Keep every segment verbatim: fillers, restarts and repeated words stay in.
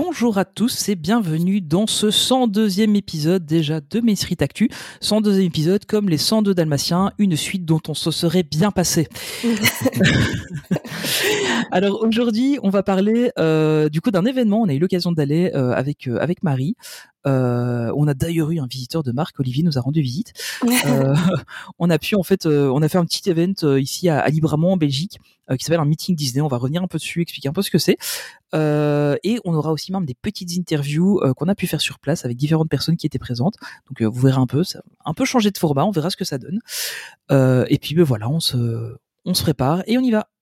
bonjour à tous et bienvenue dans ce cent deuxième épisode déjà de Main Street Actu. cent deuxième épisode comme les cent deux Dalmatiens, une suite dont on se serait bien passé. Alors aujourd'hui, on va parler euh, du coup d'un événement. On a eu l'occasion d'aller euh, avec euh, avec Marie. Euh, on a d'ailleurs eu un visiteur de marque, Olivier nous a rendu visite. Euh, on a pu en fait, euh, on a fait un petit event euh, ici à, à Libramont en Belgique euh, qui s'appelle un meeting Disney. On va revenir un peu dessus, expliquer un peu ce que c'est. Euh, et on aura aussi même des petites interviews euh, qu'on a pu faire sur place avec différentes personnes qui étaient présentes. Donc euh, vous verrez un peu, ça a un peu changé de format. On verra ce que ça donne. Euh, et puis ben voilà, on se, on se prépare et on y va.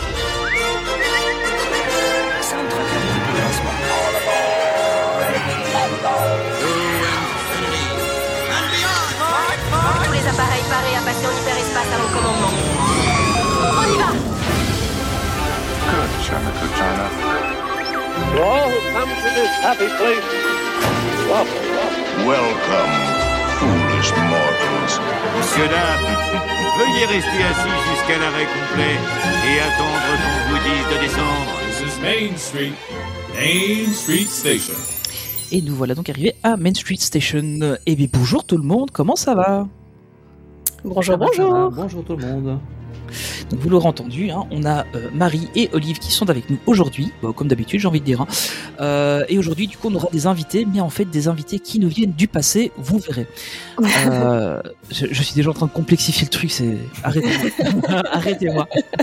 Appareil paré à passer en hyperespace à mon commandement. On y va! Good, China, good China. To all who come to this happy place, welcome, welcome. Welcome, foolish mortals. Monsieur, dames, veuillez rester assis jusqu'à l'arrêt complet et attendre qu'on vous dise de descendre. This is Main Street, Main Street Station. Et nous voilà donc arrivés à Main Street Station. Et bien bonjour tout le monde, comment ça va? Bonjour, bonjour. Bonjour tout le monde. Donc vous l'aurez entendu, hein, on a euh, Marie et Olive qui sont avec nous aujourd'hui, bah, comme d'habitude j'ai envie de dire. Hein. Euh, et aujourd'hui du coup on aura des invités, mais en fait des invités qui nous viennent du passé, vous verrez. Euh, je, je suis déjà en train de complexifier le truc, c'est arrêtez-moi. Arrêtez-moi.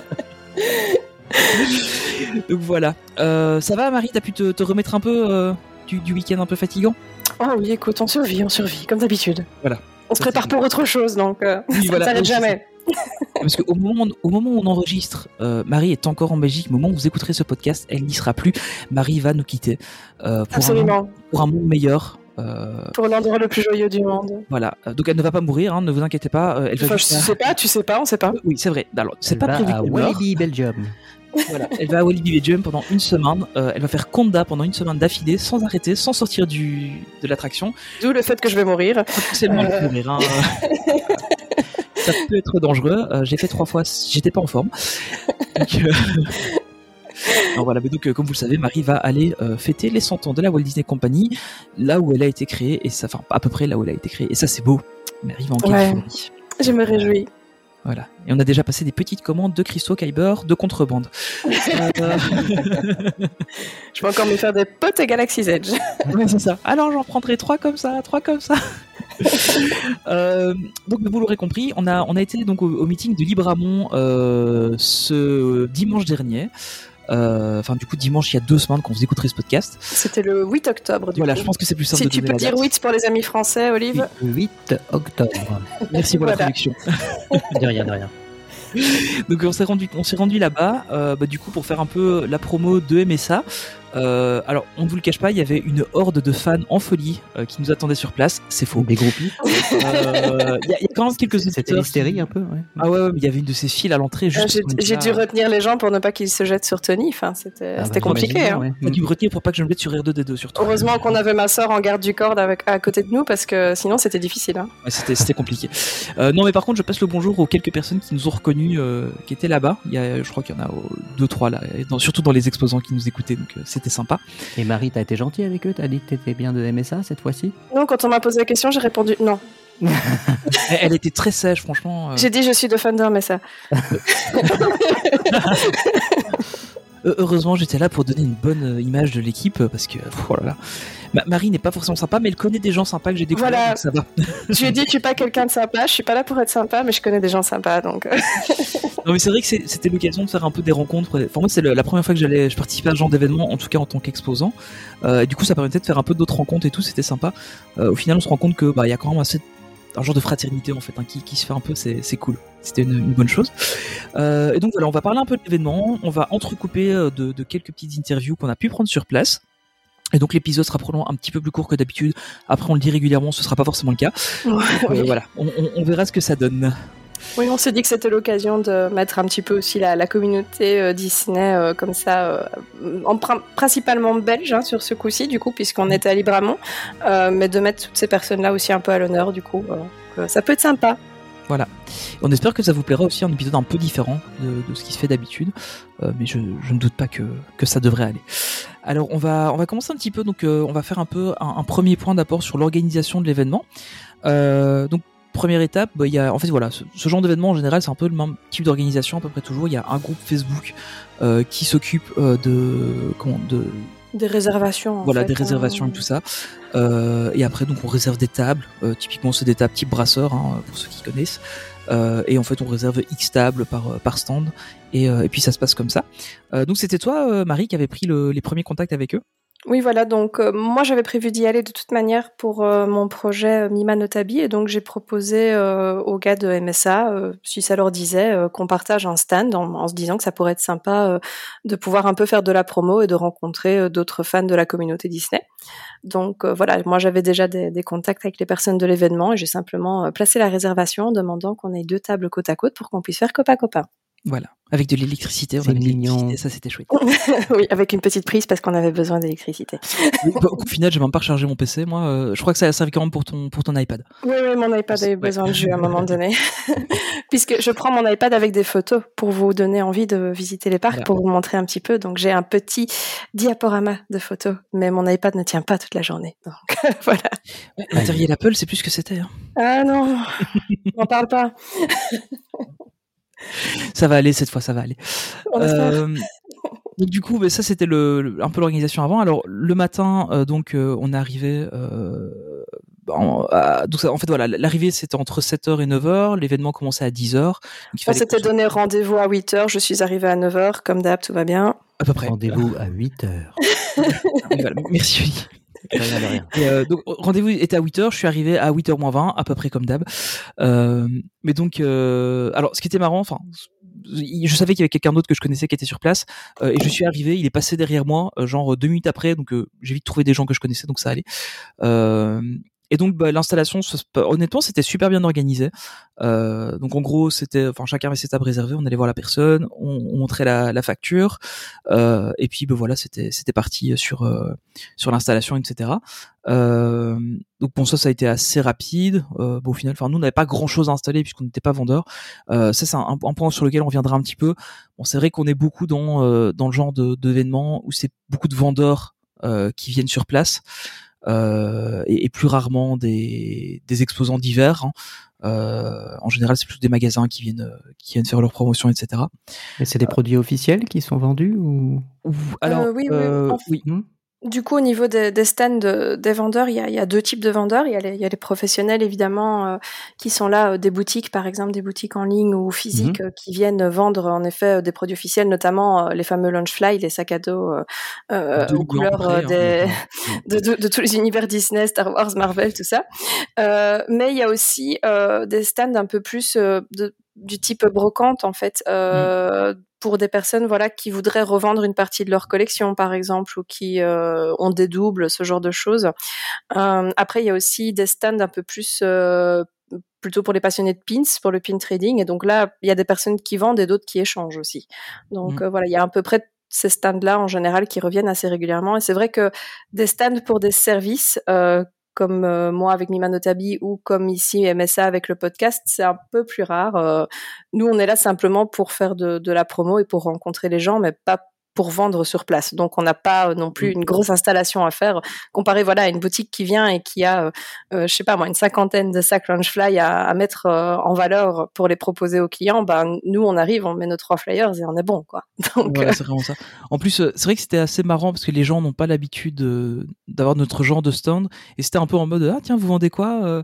Donc voilà. Euh, ça va Marie, t'as pu te, te remettre un peu euh, du, du week-end un peu fatigant? Oh oui, écoute, on survit, on survit, comme d'habitude. Voilà. On se prépare pour autre chose, donc euh, oui, ça voilà. ne s'arrête jamais. Parce qu'au moment, au moment où on enregistre, euh, Marie est encore en Belgique. Au moment où vous écouterez ce podcast, elle n'y sera plus. Marie va nous quitter euh, pour, Absolument. un monde, pour un monde meilleur. Euh, pour l'endroit le plus joyeux du monde. Voilà. Donc elle ne va pas mourir, hein, ne vous inquiétez pas. Euh, elle va enfin, juste je sais pas, tu sais pas, on sait pas. Oui, c'est vrai. Alors, c'est Elle pas va prévu à qu'elle meure. Walibi, Belgium. Voilà. Elle va à Walibi Belgium pendant une semaine. Euh, elle va faire Conda pendant une semaine d'affilée, sans arrêter, sans sortir du de l'attraction. D'où le fait que je vais mourir. Potentiellement Euh... mourir. Hein. Ça peut être dangereux. Euh, j'ai fait trois fois, j'étais pas en forme. Donc, euh... non, voilà. Mais donc, euh, comme vous le savez, Marie va aller euh, fêter les cent ans de la Walt Disney Company, là où elle a été créée, et ça, enfin à peu près là où elle a été créée. Et ça, c'est beau. Marie va en Californie. Ouais. Je me réjouis. Voilà. Et on a déjà passé des petites commandes de Christo Kyber de contrebande. euh... Je vais encore me faire des potes à Galaxy's Edge. Oui, c'est ça. Alors j'en prendrai trois comme ça, trois comme ça. euh, donc vous l'aurez compris, on a on a été donc au, au meeting de Libramont euh, ce dimanche dernier. Euh, enfin du coup dimanche il y a deux semaines quand vous écouterez ce podcast. C'était le huit octobre du voilà, coup. Je pense que c'est plus simple si de tu donner peux la dire date. huit pour les amis français, Olive. huit octobre. Merci pour voilà. la traduction. De rien, de rien. Donc on s'est rendu, on s'est rendu là-bas, euh, bah, du coup pour faire un peu la promo de M S A. Euh, alors on ne vous le cache pas, il y avait une horde de fans en folie euh, qui nous attendaient sur place. C'est faux. Des groupies. Il euh, y, y a quand même quelques C'était auditeurs l'hystérie qui... un peu. Ouais. Ah ouais, ouais, mais il y avait une de ces files à l'entrée. Juste Euh, j'ai parce qu'on j'ai était dû là. retenir les gens pour ne pas qu'ils se jettent sur Tony. Enfin, c'était Ah, c'était bah, compliqué. j'imagine, Hein. ouais. T'as dû me retenir pour pas que je me mette sur R deux D deux surtout. Heureusement qu'on avait ma sœur en garde du corps avec, à côté de nous parce que sinon c'était difficile. Hein. Ouais, c'était, c'était compliqué. Euh, non mais par contre je passe le bonjour aux quelques personnes qui nous ont reconnus, euh, qui étaient là-bas. Il y a, je crois qu'il y en a euh, deux trois là, et dans, surtout dans les exposants qui nous écoutaient, donc euh, c'était sympa. Et Marie, t'as été gentille avec eux? T'as dit que t'étais bien de M S A cette fois-ci? Non, quand on m'a posé la question, j'ai répondu non. elle, elle était très sèche franchement. Euh... J'ai dit je suis de fan d'un M S A. Heureusement j'étais là pour donner une bonne image de l'équipe parce que oh là là. Ma- Marie n'est pas forcément sympa, mais elle connaît des gens sympas que j'ai découverts, Voilà. donc ça va. Je lui ai dit je suis pas quelqu'un de sympa, je suis pas là pour être sympa, mais je connais des gens sympas donc. Non mais c'est vrai que c'est, c'était l'occasion de faire un peu des rencontres. Enfin moi c'est le, la première fois que j'allais, je participais à ce genre d'événement, en tout cas en tant qu'exposant. Euh, et du coup ça permettait de faire un peu d'autres rencontres et tout, c'était sympa. Euh, au final on se rend compte que bah il y a quand même assez un genre de fraternité en fait hein, qui, qui se fait un peu, c'est, c'est cool. C'était une, une bonne chose. Euh, et donc voilà, on va parler un peu de l'événement, on va entrecouper de, de quelques petites interviews qu'on a pu prendre sur place. Et donc l'épisode sera probablement un petit peu plus court que d'habitude. Après on le dit régulièrement, ce sera pas forcément le cas. Ouais, Donc, oui. euh, voilà, on, on, on verra ce que ça donne. Oui, on s'est dit que c'était l'occasion de mettre un petit peu aussi la, la communauté euh, Disney euh, comme ça, euh, en pr- principalement belge hein, sur ce coup-ci, du coup, puisqu'on était à Libramont, euh, mais de mettre toutes ces personnes-là aussi un peu à l'honneur, du coup, euh, euh, ça peut être sympa. Voilà. On espère que ça vous plaira aussi, un épisode un peu différent de, de ce qui se fait d'habitude, euh, mais je, je ne doute pas que, que ça devrait aller. Alors on va, on va commencer un petit peu, donc euh, on va faire un peu un, un premier point d'abord sur l'organisation de l'événement. Euh, donc première étape, bah, il y a, en fait voilà, ce, ce genre d'événement en général c'est un peu le même type d'organisation à peu près toujours. Il y a un groupe Facebook euh, qui s'occupe euh, de, comment, de Des réservations. En voilà, fait, des réservations hein. et tout ça. Euh, et après, donc, on réserve des tables. Euh, typiquement, c'est des tables type brasseur, hein, pour ceux qui connaissent. Euh, et en fait, on réserve X tables par, par stand. Et, euh, et puis, ça se passe comme ça. Euh, donc, c'était toi, euh, Marie, qui avait pris le, les premiers contacts avec eux? Oui, voilà, donc euh, moi j'avais prévu d'y aller de toute manière pour euh, mon projet euh, Mima Notabi, et donc j'ai proposé euh, aux gars de M S A, euh, si ça leur disait, euh, qu'on partage un stand en, en se disant que ça pourrait être sympa euh, de pouvoir un peu faire de la promo et de rencontrer euh, d'autres fans de la communauté Disney. Donc euh, voilà, moi j'avais déjà des, des contacts avec les personnes de l'événement et j'ai simplement euh, placé la réservation en demandant qu'on ait deux tables côte à côte pour qu'on puisse faire copain-copain. Voilà, avec de l'électricité, on C'est avait de mignon. l'électricité, ça c'était chouette. Oui, avec une petite prise parce qu'on avait besoin d'électricité. Oui, bah, au final, j'ai même pas rechargé mon P C, moi. Euh, je crois que ça a servi quand même pour ton, pour ton iPad. Oui, oui, mon iPad avait Ouais. besoin de jus à un moment donné. Puisque je prends mon iPad avec des photos pour vous donner envie de visiter les parcs, Voilà. pour vous montrer un petit peu. Donc j'ai un petit diaporama de photos, mais mon iPad ne tient pas toute la journée. Donc voilà. Ouais, le matériel Apple, c'est plus ce que c'était. Hein. Ah non, n'en parle pas. Ça va aller cette fois, ça va aller. On espère. Euh, donc du coup, bah, ça c'était le, le- un peu l'organisation avant. Alors le matin, euh, donc euh, on est arrivé. Euh, en, à- donc ça- en fait voilà, l'arrivée c'était entre sept heures et neuf heures. L'événement commençait à dix heures. Donc, il On fallait s'était qu'on se- donné rendez-vous à huit heures. Je suis arrivée à neuf heures. Comme d'hab, tout va bien. à peu près. Rendez-vous à huit heures. Oui, voilà. Merci. Oli. Rien de rien. Et, euh, donc rendez-vous était à huit heures, je suis arrivé à huit heures moins vingt, à peu près comme d'hab. Euh, mais donc, euh, alors ce qui était marrant, enfin, je savais qu'il y avait quelqu'un d'autre que je connaissais qui était sur place, euh, et je suis arrivé, il est passé derrière moi, euh, genre deux minutes après, donc euh, j'ai vite trouvé des gens que je connaissais, donc ça allait. Euh, et donc bah, l'installation, ça se- honnêtement, c'était super bien organisé. Euh, donc en gros, c'était, enfin chacun avait ses tables réservées, on allait voir la personne, on, on montrait la, la facture, euh, et puis bah, voilà, c'était c'était parti sur euh, sur l'installation, et cetera. Euh, donc bon, ça, ça a été assez rapide. Euh, bon, au final, enfin nous, on n'avait pas grand chose à installer puisqu'on n'était pas vendeur. Euh, ça, c'est un, un point sur lequel on reviendra un petit peu. Bon, c'est vrai qu'on est beaucoup dans euh, dans le genre de d'événements où c'est beaucoup de vendeurs euh, qui viennent sur place. Euh, et, et plus rarement des, des exposants divers. Hein. Euh, en général, c'est plutôt des magasins qui viennent, euh, qui viennent faire leur promotion, et cetera. Mais c'est des produits officiels qui sont vendus ou Ou, alors, Euh, oui, oui, euh, en- oui. Hmm Du coup, au niveau des, des stands de- des vendeurs, il y a, il y a deux types de vendeurs. Il y a les, il y a les professionnels, évidemment, euh, qui sont là, euh, des boutiques, par exemple, des boutiques en ligne ou physiques, euh, qui viennent vendre, en effet, euh, des produits officiels, notamment euh, les fameux Launchfly, les sacs à dos euh, euh, De aux Louis couleurs André, euh, hein, des, D'accord. de, de, de tous les univers Disney, Star Wars, Marvel, tout ça. Euh, mais il y a aussi euh, des stands un peu plus euh, de, du type brocante, en fait, euh, pour des personnes voilà qui voudraient revendre une partie de leur collection, par exemple, ou qui euh, ont des doubles, ce genre de choses. Euh, après, il y a aussi des stands un peu plus euh, plutôt pour les passionnés de pins, pour le pin trading. Et donc là, il y a des personnes qui vendent et d'autres qui échangent aussi. Donc Mm. euh, voilà, il y a à peu près ces stands-là en général qui reviennent assez régulièrement. Et c'est vrai que des stands pour des services, euh, comme euh, moi avec Mima Notabi ou comme ici M S A avec le podcast, c'est un peu plus rare. Euh, nous, on est là simplement pour faire de, de la promo et pour rencontrer les gens, mais pas pour vendre sur place. Donc, on n'a pas euh, non plus une grosse installation à faire, comparé voilà à une boutique qui vient et qui a, euh, euh, je sais pas moi, une cinquantaine de sacs Launchfly à, à mettre euh, en valeur pour les proposer aux clients. Ben, nous, on arrive, on met nos trois flyers et on est bon, quoi. Donc, Voilà, euh, c'est vraiment ça. En plus, euh, c'est vrai que c'était assez marrant parce que les gens n'ont pas l'habitude euh, d'avoir notre genre de stand, et c'était un peu en mode ah tiens, vous vendez quoi euh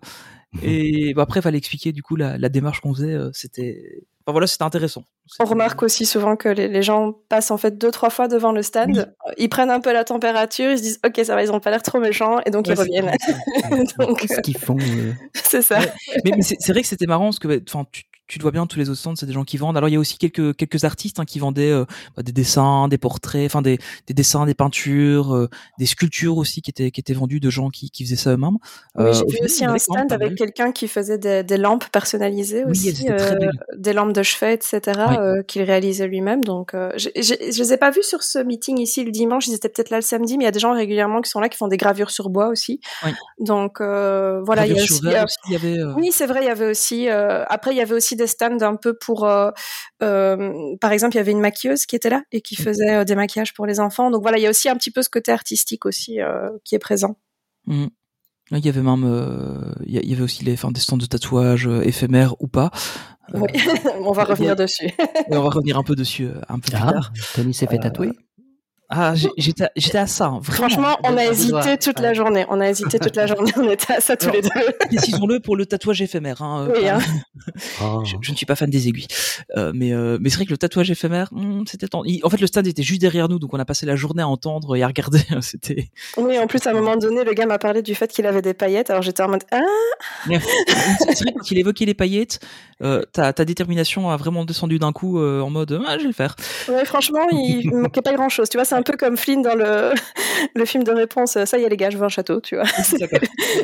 Et bah, après, il fallait expliquer du coup la, la démarche qu'on faisait. euh, C'était, enfin voilà, c'était intéressant. on C'était- remarque aussi souvent que les, les gens passent en fait deux, trois fois devant le stand. Oui. Ils prennent un peu la température, ils se disent ok, ça va, ils ont pas l'air trop méchants, et donc Ouais, ils c'est reviennent. vraiment ça. Donc, Qu'est-ce qu'ils font euh c'est ça. Ouais. mais mais c'est c'est vrai que c'était marrant parce que, enfin, tu, tu te vois bien tous les autres stands, c'est des gens qui vendent. Alors il y a aussi quelques quelques artistes hein, qui vendaient euh, bah, des dessins, des portraits, enfin des des dessins, des peintures, euh, des sculptures aussi qui étaient qui étaient vendues de gens qui qui faisaient ça eux-mêmes. Oui, Euh, j'ai au vu final, aussi il y en un avait quand même stand pas avec mal. quelqu'un qui faisait des, des lampes personnalisées Oui, elles aussi, étaient très euh, belles. des lampes de chevet, et cetera, Ouais. euh, qu'il réalisait lui-même. Donc, euh, j'ai- j'ai- je les ai pas vus sur ce meeting ici le dimanche. Ils étaient peut-être là le samedi, mais il y a des gens régulièrement qui sont là, qui font des gravures sur bois aussi. Oui. Donc, euh, voilà, il y Gravure a sur aussi. verre euh, aussi, il y avait. Euh... Oui, c'est vrai, il y avait aussi. Euh, après, il y avait aussi des stands un peu pour. Euh, euh, par exemple, il y avait une maquilleuse qui était là et qui faisait euh, des maquillages pour les enfants. Donc voilà, il y a aussi un petit peu ce côté artistique aussi euh, qui est présent. Mhm. Là, il y avait même, euh, il y avait aussi les, enfin, des stands de tatouages euh, éphémères ou pas. Euh, Oui, on va revenir ouais, dessus. on va revenir un peu dessus euh, un peu plus Ah, tard. Tony s'est fait Euh, tatouer. Ah, j'ai- j'étais, à- j'étais à ça, hein, vraiment. Franchement, on a Je hésité dois- toute ouais. la journée. On a hésité toute la journée. On était à ça tous Alors, les deux. précisons-le pour le tatouage éphémère. Hein, euh, Oui, pas- hein. Oh. je, je ne suis pas fan des aiguilles, euh, mais euh, mais c'est vrai que le tatouage éphémère, hmm, c'était temps. Il- En fait, le stand était juste derrière nous, donc on a passé la journée à entendre et à regarder. C'était. Oui, en plus, à un moment donné, le gars m'a parlé du fait qu'il avait des paillettes. Alors j'étais en mode ah. C'est vrai que quand il évoquait les paillettes, euh, ta, ta détermination a vraiment descendu d'un coup euh, en mode ah, je vais le faire. Ouais, franchement, il me manquait pas grand chose. Tu vois, c'est un peu comme Flynn dans le le film de réponse. Ça y est, les gars, je veux un château. Tu vois. D'accord.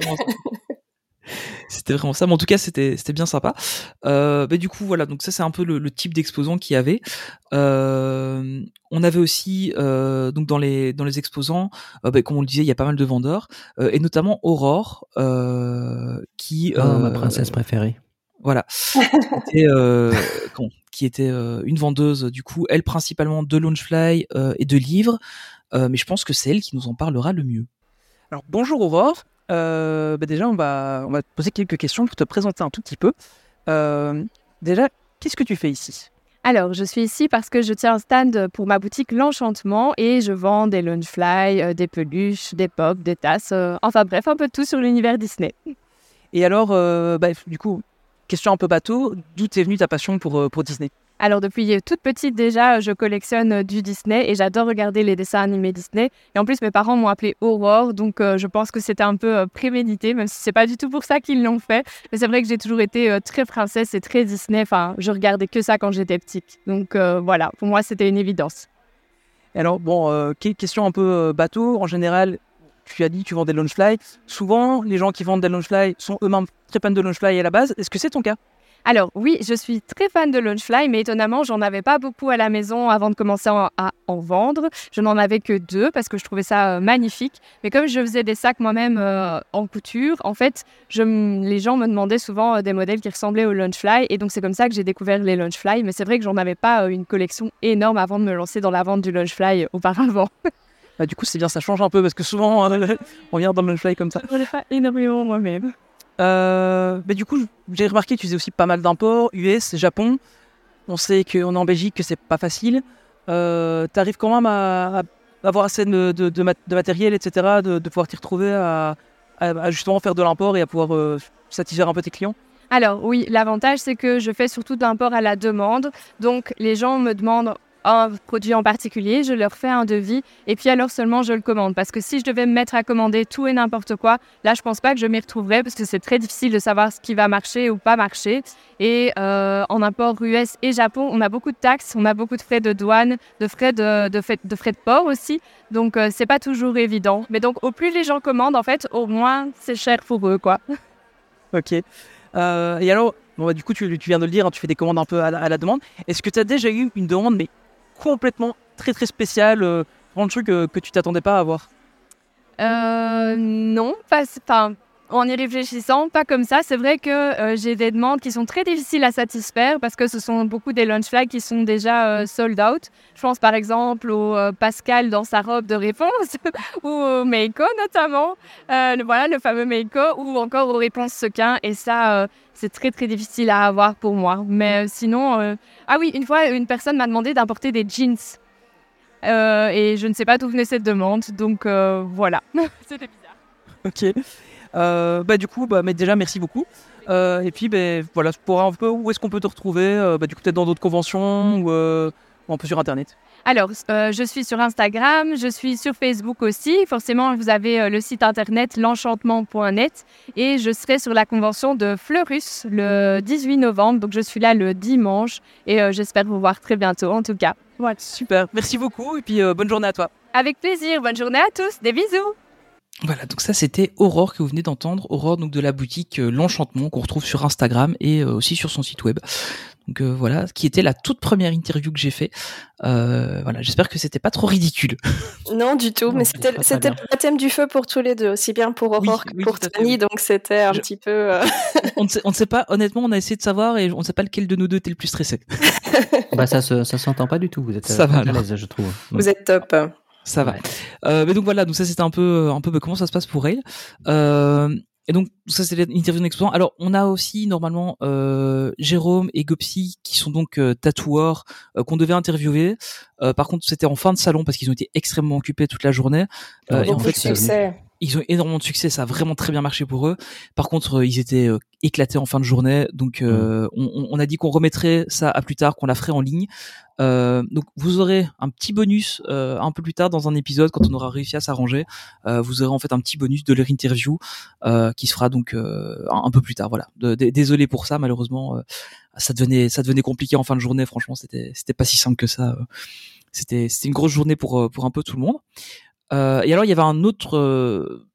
C'était vraiment ça, mais en tout cas c'était c'était bien sympa. Euh, bah, du coup voilà, donc ça c'est un peu le, le type d'exposant qu'il y avait. Euh, on avait aussi euh, donc dans les dans les exposants, euh, bah, comme on le disait, il y a pas mal de vendeurs euh, et notamment Aurore euh, qui Oh, ma euh, princesse préférée. voilà, qui était, euh, con- qui était euh, une vendeuse du coup, elle principalement de Launchfly euh, et de livres, euh, mais je pense que c'est elle qui nous en parlera le mieux. Alors bonjour Aurore. Euh, bah déjà, on va, on va te poser quelques questions pour te présenter un tout petit peu. Euh, déjà, qu'est-ce que tu fais ici ? Alors, je suis ici parce que je tiens un stand pour ma boutique L'Enchantement et je vends des Launchfly, euh, des peluches, des pop, des tasses, euh, enfin bref, un peu de tout sur l'univers Disney. Et alors, euh, bah, du coup, question un peu bateau, d'où t'es venue ta passion pour, euh, pour Disney ? Alors, depuis toute petite déjà, je collectionne du Disney et j'adore regarder les dessins animés Disney. Et en plus, mes parents m'ont appelée Aurore, donc euh, je pense que c'était un peu euh, prémédité, même si c'est pas du tout pour ça qu'ils l'ont fait. Mais c'est vrai que j'ai toujours été euh, très princesse et très Disney. Enfin, je regardais que ça quand j'étais petite. Donc euh, voilà, pour moi, c'était une évidence. Et alors, bon, euh, question un peu euh, bateau, en général, tu as dit que tu vendais des Launchfly. Souvent, les gens qui vendent des Launchfly sont eux-mêmes très fans de Launchfly à la base. Est-ce que c'est ton cas ? Alors oui, je suis très fan de Launchfly, mais étonnamment, j'en avais pas beaucoup à la maison avant de commencer à, à en vendre. Je n'en avais que deux parce que je trouvais ça euh, magnifique. Mais comme je faisais des sacs moi-même euh, en couture, en fait, je, les gens me demandaient souvent euh, des modèles qui ressemblaient aux Launchfly. Et donc c'est comme ça que j'ai découvert les Launchfly. Mais c'est vrai que j'en avais pas euh, une collection énorme avant de me lancer dans la vente du Launchfly euh, auparavant. Bah, du coup, c'est bien, ça change un peu parce que souvent, euh, on vient dans le Launchfly comme ça. Je n'en ai pas énormément moi-même. Euh, bah, du coup, j'ai remarqué que tu faisais aussi pas mal d'imports, U S, Japon. On sait qu'on est en Belgique, que c'est pas facile. Euh, tu arrives quand même à, à avoir assez de, de, de, mat- de matériel, et cetera, de, de pouvoir t'y retrouver à, à, à justement faire de l'import et à pouvoir euh, satisfaire un peu tes clients. Alors oui, l'avantage c'est que je fais surtout de l'import à la demande. Donc les gens me demandent un produit en particulier, je leur fais un devis et puis alors seulement je le commande. Parce que si je devais me mettre à commander tout et n'importe quoi, là je pense pas que je m'y retrouverais parce que c'est très difficile de savoir ce qui va marcher ou pas marcher. Et euh, en import U S et Japon, on a beaucoup de taxes, on a beaucoup de frais de douane, de frais de, de, fait, de, frais de port aussi. Donc euh, c'est pas toujours évident. Mais donc au plus les gens commandent, en fait, au moins c'est cher pour eux, quoi. Ok. Euh, et alors, bon, bah, du coup, tu, tu viens de le dire, hein, tu fais des commandes un peu à la, à la demande. Est-ce que tu as déjà eu une demande, mais complètement très très spéciale, euh, un truc euh, que tu t'attendais pas à avoir ? Euh, non, pas, enfin, en y réfléchissant, pas comme ça. C'est vrai que euh, j'ai des demandes qui sont très difficiles à satisfaire parce que ce sont beaucoup des Launchfly qui sont déjà euh, sold out. Je pense par exemple au euh, Pascal dans sa robe de réponse ou au Meiko notamment, euh, le, voilà le fameux Meiko, ou encore aux réponses sequins. Et ça, euh, c'est très très difficile à avoir pour moi. Mais euh, sinon, euh... ah oui, une fois une personne m'a demandé d'importer des jeans. Euh, et je ne sais pas d'où venait cette demande, donc euh, voilà. C'était bizarre. Ok. Euh, bah, du coup, bah, mais déjà, merci beaucoup. Euh, et puis, bah, voilà, pour un peu, où est-ce qu'on peut te retrouver euh, bah, du coup, peut-être dans d'autres conventions ou, euh, ou un peu sur Internet. Alors, euh, je suis sur Instagram, je suis sur Facebook aussi. Forcément, vous avez euh, le site internet l'enchantement point net et je serai sur la convention de Fleurus le dix-huit novembre. Donc, je suis là le dimanche et euh, j'espère vous voir très bientôt en tout cas. Ouais, super. Merci beaucoup et puis euh, bonne journée à toi. Avec plaisir. Bonne journée à tous. Des bisous. Voilà, donc ça c'était Aurore que vous venez d'entendre, Aurore donc de la boutique euh, L'Enchantement qu'on retrouve sur Instagram et euh, aussi sur son site web. Donc euh, voilà, qui était la toute première interview que j'ai fait. Euh, voilà, j'espère que c'était pas trop ridicule. Non du tout, non, mais c'était c'était le baptême du feu pour tous les deux, aussi bien pour Aurore oui, que oui, pour Tony, oui. Donc c'était un Je... petit peu. Euh... on ne sait, on ne sait pas. Honnêtement, on a essayé de savoir et on ne sait pas lequel de nous deux était le plus stressé. Bah ça se ça s'entend pas du tout. Vous êtes ça va, à l'aise, je trouve. Vous êtes top. Ça va. Ouais. Euh, mais donc voilà, donc ça c'était un peu, un peu comment ça se passe pour elle. Euh, et donc ça c'était l'interview d'exposant. Alors on a aussi normalement euh, Jérôme et Gopsy qui sont donc euh, tatoueurs euh, qu'on devait interviewer. Euh, par contre c'était en fin de salon parce qu'ils ont été extrêmement occupés toute la journée. Euh, et en fait succès. Ils ont énormément de succès, ça a vraiment très bien marché pour eux. Par contre, euh, ils étaient euh, éclatés en fin de journée, donc euh, mmh. on, on a dit qu'on remettrait ça à plus tard, qu'on la ferait en ligne. Euh, donc vous aurez un petit bonus euh, un peu plus tard dans un épisode quand on aura réussi à s'arranger. Euh, vous aurez en fait un petit bonus de leur interview euh, qui se fera donc euh, un, un peu plus tard. Voilà. De, de, désolé pour ça, malheureusement, euh, ça devenait ça devenait compliqué en fin de journée. Franchement, c'était c'était pas si simple que ça. C'était c'était une grosse journée pour pour un peu tout le monde. Euh, et alors il y avait un autre, euh,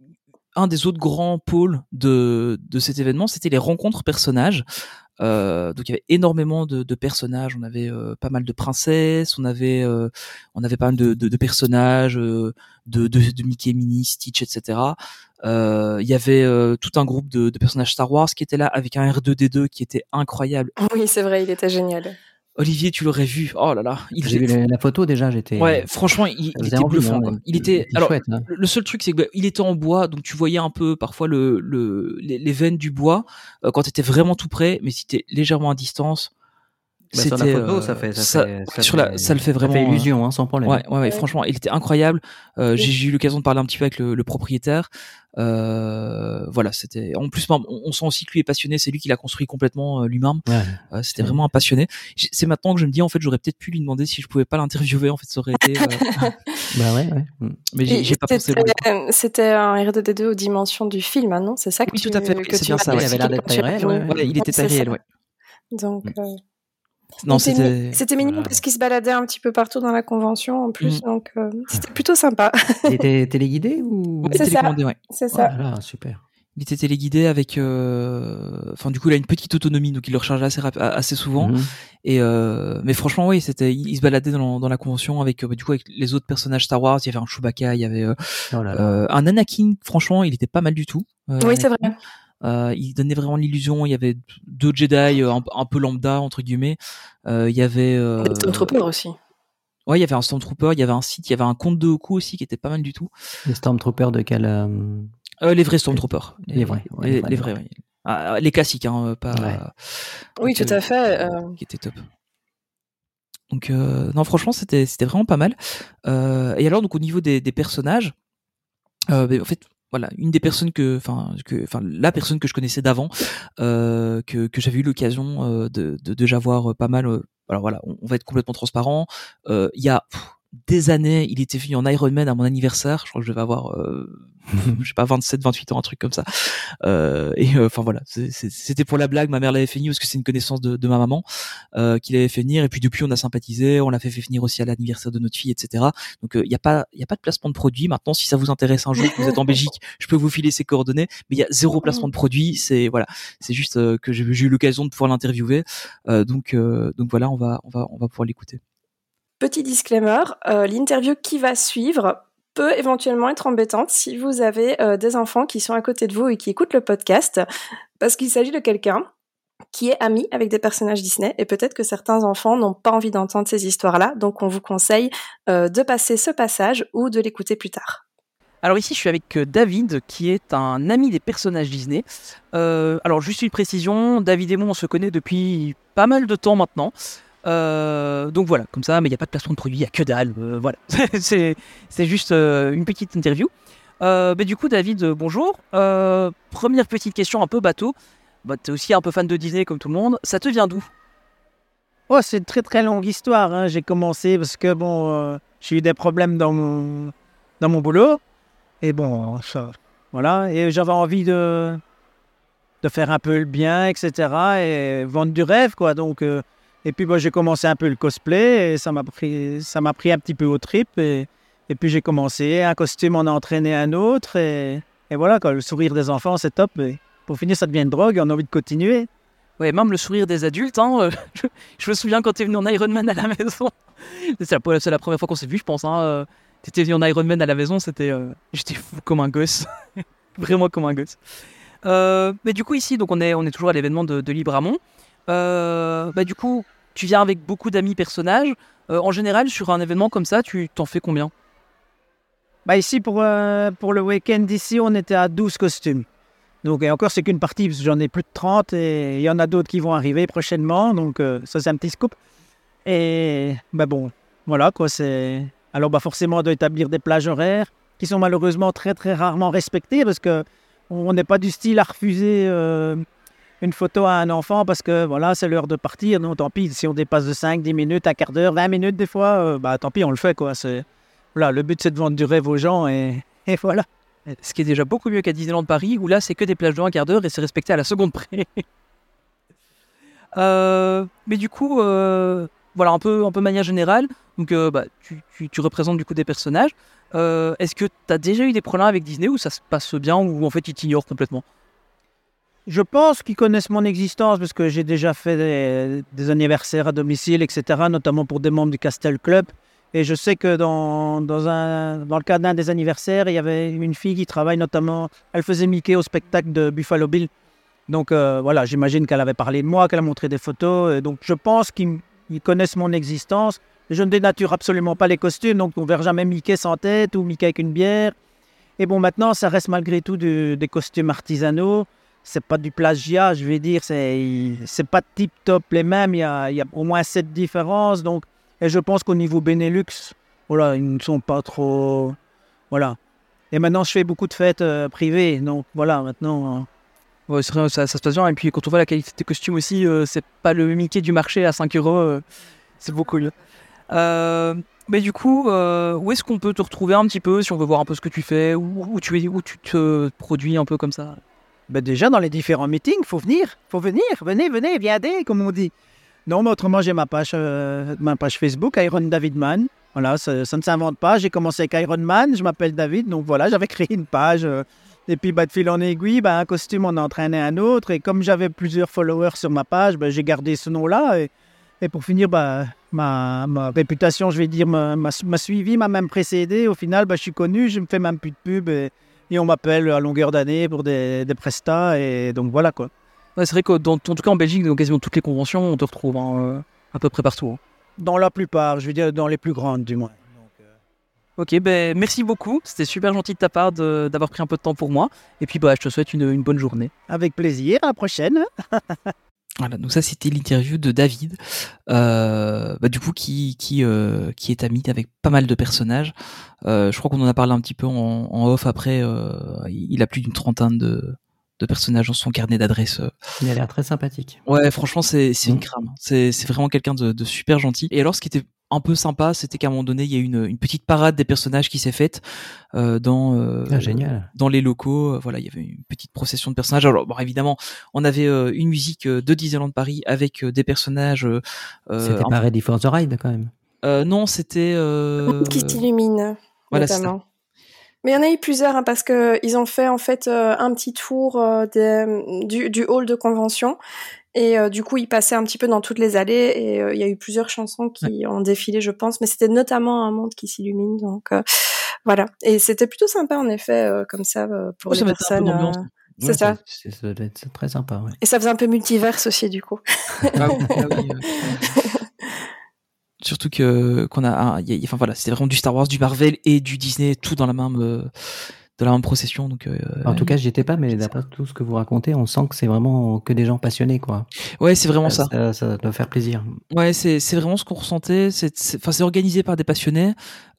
un des autres grands pôles de de cet événement, c'était les rencontres personnages. Euh, donc il y avait énormément de, de personnages. On avait euh, pas mal de princesses, on avait euh, on avait pas mal de, de, de personnages, euh, de, de de Mickey, Minnie, Stitch, et cetera. Euh, il y avait euh, tout un groupe de, de personnages Star Wars qui étaient là avec un R deux D deux qui était incroyable. Oui, c'est vrai, il était génial. Olivier, tu l'aurais vu. Oh là là. Il J'ai était... vu la photo déjà, j'étais. Ouais, franchement, il, il était bluffant. Quoi. Il, il était. était alors, chouette, hein. Le seul truc, c'est que bah, il était en bois, donc tu voyais un peu parfois le, le les, les veines du bois euh, quand t'étais vraiment tout près, mais si t'es légèrement à distance. Bah, sur la photo, euh, ça fait. Ça, ça, fait, ça sur fait, la, ça le fait vraiment. Ça fait illusion, hein, sans problème. Ouais, ouais, ouais, franchement, il était incroyable. Euh, oui. j'ai, j'ai eu l'occasion de parler un petit peu avec le, le propriétaire. Euh, voilà, c'était. En plus, on, on sent aussi que lui est passionné. C'est lui qui l'a construit complètement euh, lui-même. Ouais. Euh, c'était ouais. vraiment un passionné. C'est maintenant que je me dis, en fait, j'aurais peut-être pu lui demander si je pouvais pas l'interviewer. En fait, ça aurait été. Euh... bah ouais, ouais. Mais j'ai, j'ai pas pensé. C'était, c'était un R deux D deux aux dimensions du film, hein, non? C'est ça que oui, tu. tout à fait. Que c'est tu bien ça. Il avait l'air d'être taille réelle. Ouais. Ouais, il était taille réelle. Ouais. Donc. Euh... Non, c'était, c'était... c'était mignon voilà. Parce qu'il se baladait un petit peu partout dans la convention en plus, mmh. donc euh, c'était plutôt sympa. Il était téléguidé ou ouais, c'est télécommandé, ça. Ouais. C'est ça. Oh là là, super. Il était téléguidé avec, euh... enfin du coup il a une petite autonomie, donc il le rechargeait assez rap... assez souvent. Mmh. Et euh... mais franchement oui, c'était, il se baladait dans, dans la convention avec, euh, du coup avec les autres personnages Star Wars. Il y avait un Chewbacca, il y avait euh... Oh là là. Euh, un Anakin. Franchement, il était pas mal du tout. Euh, oui, Anakin. C'est vrai. Euh, il donnait vraiment l'illusion. Il y avait deux Jedi euh, un, un peu lambda entre guillemets. Euh, il y avait euh, des Stormtroopers aussi. Ouais, il y avait un Stormtrooper, il y avait un Sith, il y avait un Comte de Dooku aussi qui était pas mal du tout. Les Stormtroopers de quel euh... Euh, Les vrais Stormtroopers. Les, les vrais. Ouais, les, les vrais. Ouais. Ah, les classiques, hein, pas. Ouais. Oui, tout à fait. Euh... Qui était top. Donc euh, non, franchement, c'était c'était vraiment pas mal. Euh, et alors donc au niveau des, des personnages, euh, bah, en fait. Voilà, une des personnes que, enfin, que, enfin, la personne que je connaissais d'avant, euh, que que j'avais eu l'occasion euh, de, de déjà voir pas mal. Euh, alors voilà, on, on va être complètement transparent. Euh, il y a pff, des années, il était venu en Iron Man à mon anniversaire. Je crois que je devais avoir, euh, je sais pas, vingt-sept, vingt-huit ans, un truc comme ça. Euh, et enfin euh, voilà, c'est, c'est, c'était pour la blague. Ma mère l'avait fait venir parce que c'est une connaissance de, de ma maman euh, qui l'avait fait venir. Et puis depuis, on a sympathisé. On l'a fait, fait venir aussi à l'anniversaire de notre fille, et cetera. Donc il euh, y a pas, il y a pas de placement de produit. Maintenant, si ça vous intéresse un jour, que vous êtes en Belgique, je peux vous filer ses coordonnées. Mais il y a zéro placement de produit. C'est voilà, c'est juste euh, que j'ai, j'ai eu l'occasion de pouvoir l'interviewer. Euh, donc euh, donc voilà, on va on va on va pouvoir l'écouter. Petit disclaimer, euh, l'interview qui va suivre peut éventuellement être embêtante si vous avez euh, des enfants qui sont à côté de vous et qui écoutent le podcast, parce qu'il s'agit de quelqu'un qui est ami avec des personnages Disney, et peut-être que certains enfants n'ont pas envie d'entendre ces histoires-là, donc on vous conseille euh, de passer ce passage ou de l'écouter plus tard. Alors ici, je suis avec David, qui est un ami des personnages Disney. Euh, alors juste une précision, David et moi, on se connaît depuis pas mal de temps maintenant. Euh, donc voilà, comme ça, mais il n'y a pas de placement de produit, il n'y a que dalle, euh, voilà, c'est, c'est juste euh, une petite interview. Euh, mais du coup, David, euh, bonjour. Euh, première petite question un peu bateau, bah, tu es aussi un peu fan de Disney comme tout le monde, ça te vient d'où ? Oh, c'est une très très longue histoire. Hein. J'ai commencé parce que bon, euh, j'ai eu des problèmes dans mon, dans mon boulot. Et bon, ça, voilà. Et j'avais envie de, de faire un peu le bien, et cetera. Et vendre du rêve, quoi. Donc, euh, et puis bon, j'ai commencé un peu le cosplay et ça m'a pris, ça m'a pris un petit peu aux tripes. Et, et puis j'ai commencé. Un costume en a entraîné un autre. Et, et voilà, quoi. Le sourire des enfants, c'est top. Et pour finir, ça devient une drogue. On a envie de continuer. Ouais, même le sourire des adultes. Hein, euh, je, je me souviens quand tu es venu en Iron Man à la maison. C'est la, c'est la première fois qu'on s'est vu, je pense. Hein, euh, tu étais venu en Iron Man à la maison, c'était, euh, j'étais fou comme un gosse. Vraiment comme un gosse. Euh, mais du coup, ici, donc on, est, on est toujours à l'événement de, de Libramont. Euh, bah, du coup, tu viens avec beaucoup d'amis personnages. Euh, en général, sur un événement comme ça, tu t'en fais combien? Bah, ici, pour, euh, pour le week-end d'ici, on était à douze costumes. Donc, et encore, c'est qu'une partie, parce que j'en ai plus de trente et il y en a d'autres qui vont arriver prochainement. Donc, euh, ça, c'est un petit scoop. Et, bah bon, voilà, quoi, c'est... Alors, bah forcément, on doit établir des plages horaires qui sont malheureusement très, très rarement respectées parce qu'on n'est pas du style à refuser euh, une photo à un enfant parce que, voilà, c'est l'heure de partir. Non, tant pis, si on dépasse de cinq, dix minutes, un quart d'heure, vingt minutes des fois, euh, bah tant pis, on le fait, quoi. C'est... Voilà, le but, c'est de vendre du rêve aux gens et, et voilà. Ce qui est déjà beaucoup mieux qu'à Disneyland Paris, où là, c'est que des plages de un quart d'heure et c'est respecté à la seconde près. euh, mais du coup, euh, voilà, un peu, un peu manière générale, donc, euh, bah, tu, tu, tu représentes du coup des personnages. Euh, est-ce que tu as déjà eu des problèmes avec Disney ou ça se passe bien ou en fait ils t'ignorent complètement? Je pense qu'ils connaissent mon existence parce que j'ai déjà fait des, des anniversaires à domicile, et cetera, notamment pour des membres du Castel Club. Et je sais que dans, dans, un, dans le cadre d'un des anniversaires, il y avait une fille qui travaille notamment, elle faisait Mickey au spectacle de Buffalo Bill. Donc euh, voilà, j'imagine qu'elle avait parlé de moi, qu'elle a montré des photos. Et donc je pense qu'ils ils connaissent mon existence. Je ne dénature absolument pas les costumes, donc on ne verra jamais Mickey sans tête ou Mickey avec une bière. Et bon, maintenant, ça reste malgré tout du, des costumes artisanaux. C'est pas du plagiat, je vais dire, c'est, c'est pas tip-top les mêmes. Il y a, il y a au moins sept différences, donc... Et je pense qu'au niveau Benelux, voilà, ils ne sont pas trop... Voilà. Et maintenant, je fais beaucoup de fêtes euh, privées. Donc, voilà, maintenant... Euh... Ouais, c'est vrai, ça, ça se passe bien. Et puis, quand on voit la qualité des costumes aussi, euh, c'est pas le Mickey du marché à cinq euros. Euh, c'est beaucoup mieux. Euh, mais du coup, euh, où est-ce qu'on peut te retrouver un petit peu, si on veut voir un peu ce que tu fais, où, où, tu, es, où tu te produis un peu comme ça? Ben déjà, dans les différents meetings, il faut venir. Il faut venir. Venez, venez, viendez, comme on dit. Non, mais autrement, j'ai ma page, euh, ma page Facebook, Iron David Man. Voilà, ça, ça ne s'invente pas. J'ai commencé avec Iron Man, je m'appelle David, donc voilà, j'avais créé une page. Euh, et puis, bah, de fil en aiguille, bah, un costume, on a entraîné un autre. Et comme j'avais plusieurs followers sur ma page, bah, j'ai gardé ce nom-là. Et, et pour finir, bah, ma, ma réputation, je vais dire, m'a, m'a, m'a suivi, m'a même précédé. Au final, bah, je suis connu, je ne me fais même plus de pub. Et, et on m'appelle à longueur d'année pour des, des prestats. Et donc voilà, quoi. Ouais, c'est vrai que dans, en tout cas en Belgique, dans quasiment toutes les conventions, on te retrouve hein, euh, à peu près partout. Hein. Dans la plupart, je veux dire dans les plus grandes du moins. Donc, euh... Ok, ben merci beaucoup. C'était super gentil de ta part de, d'avoir pris un peu de temps pour moi. Et puis bah, je te souhaite une, une bonne journée. Avec plaisir, à la prochaine. Voilà, donc ça c'était l'interview de David, euh, bah, du coup qui qui euh, qui est ami avec pas mal de personnages. Euh, je crois qu'on en a parlé un petit peu en, en off après. Euh, il a plus d'une trentaine de de personnages dans son carnet d'adresses. Il a l'air très sympathique. Ouais, franchement, c'est, c'est une crame. C'est, c'est vraiment quelqu'un de, de super gentil. Et alors, ce qui était un peu sympa, c'était qu'à un moment donné, il y a une, une petite parade des personnages qui s'est faite euh, dans, euh, ah, génial. dans les locaux. Voilà, il y avait une petite procession de personnages. Alors, bon, évidemment, on avait euh, une musique de Disneyland Paris avec euh, des personnages. Euh, c'était pas Ready for the Ride, quand même. Euh, non, c'était... Euh... Qui s'illumine, voilà, notamment. Mais il y en a eu plusieurs, hein, parce qu'ils ont fait en fait euh, un petit tour euh, des, du, du hall de convention. Et euh, du coup, ils passaient un petit peu dans toutes les allées. Et euh, il y a eu plusieurs chansons qui ouais. ont défilé, je pense. Mais c'était notamment Un monde qui s'illumine. Donc euh, voilà. Et c'était plutôt sympa, en effet, euh, comme ça, euh, pour ouais, les personnes. Euh, c'est ouais, ça. C'est, c'est, c'est, c'est très sympa. Ouais. Et ça faisait un peu multiverse aussi, du coup. Ah oui, ah oui, euh... Surtout que qu'on a, y a, enfin voilà, c'était vraiment du Star Wars, du Marvel et du Disney, tout dans la même, euh, dans la même procession. Donc, euh, en tout cas, j'y étais pas, mais d'après tout ce que vous racontez, on sent que c'est vraiment que des gens passionnés, quoi. Ouais, c'est vraiment ça. Ça, ça, ça doit faire plaisir. Ouais, c'est, c'est vraiment ce qu'on ressentait. C'est, c'est, enfin, c'est organisé par des passionnés.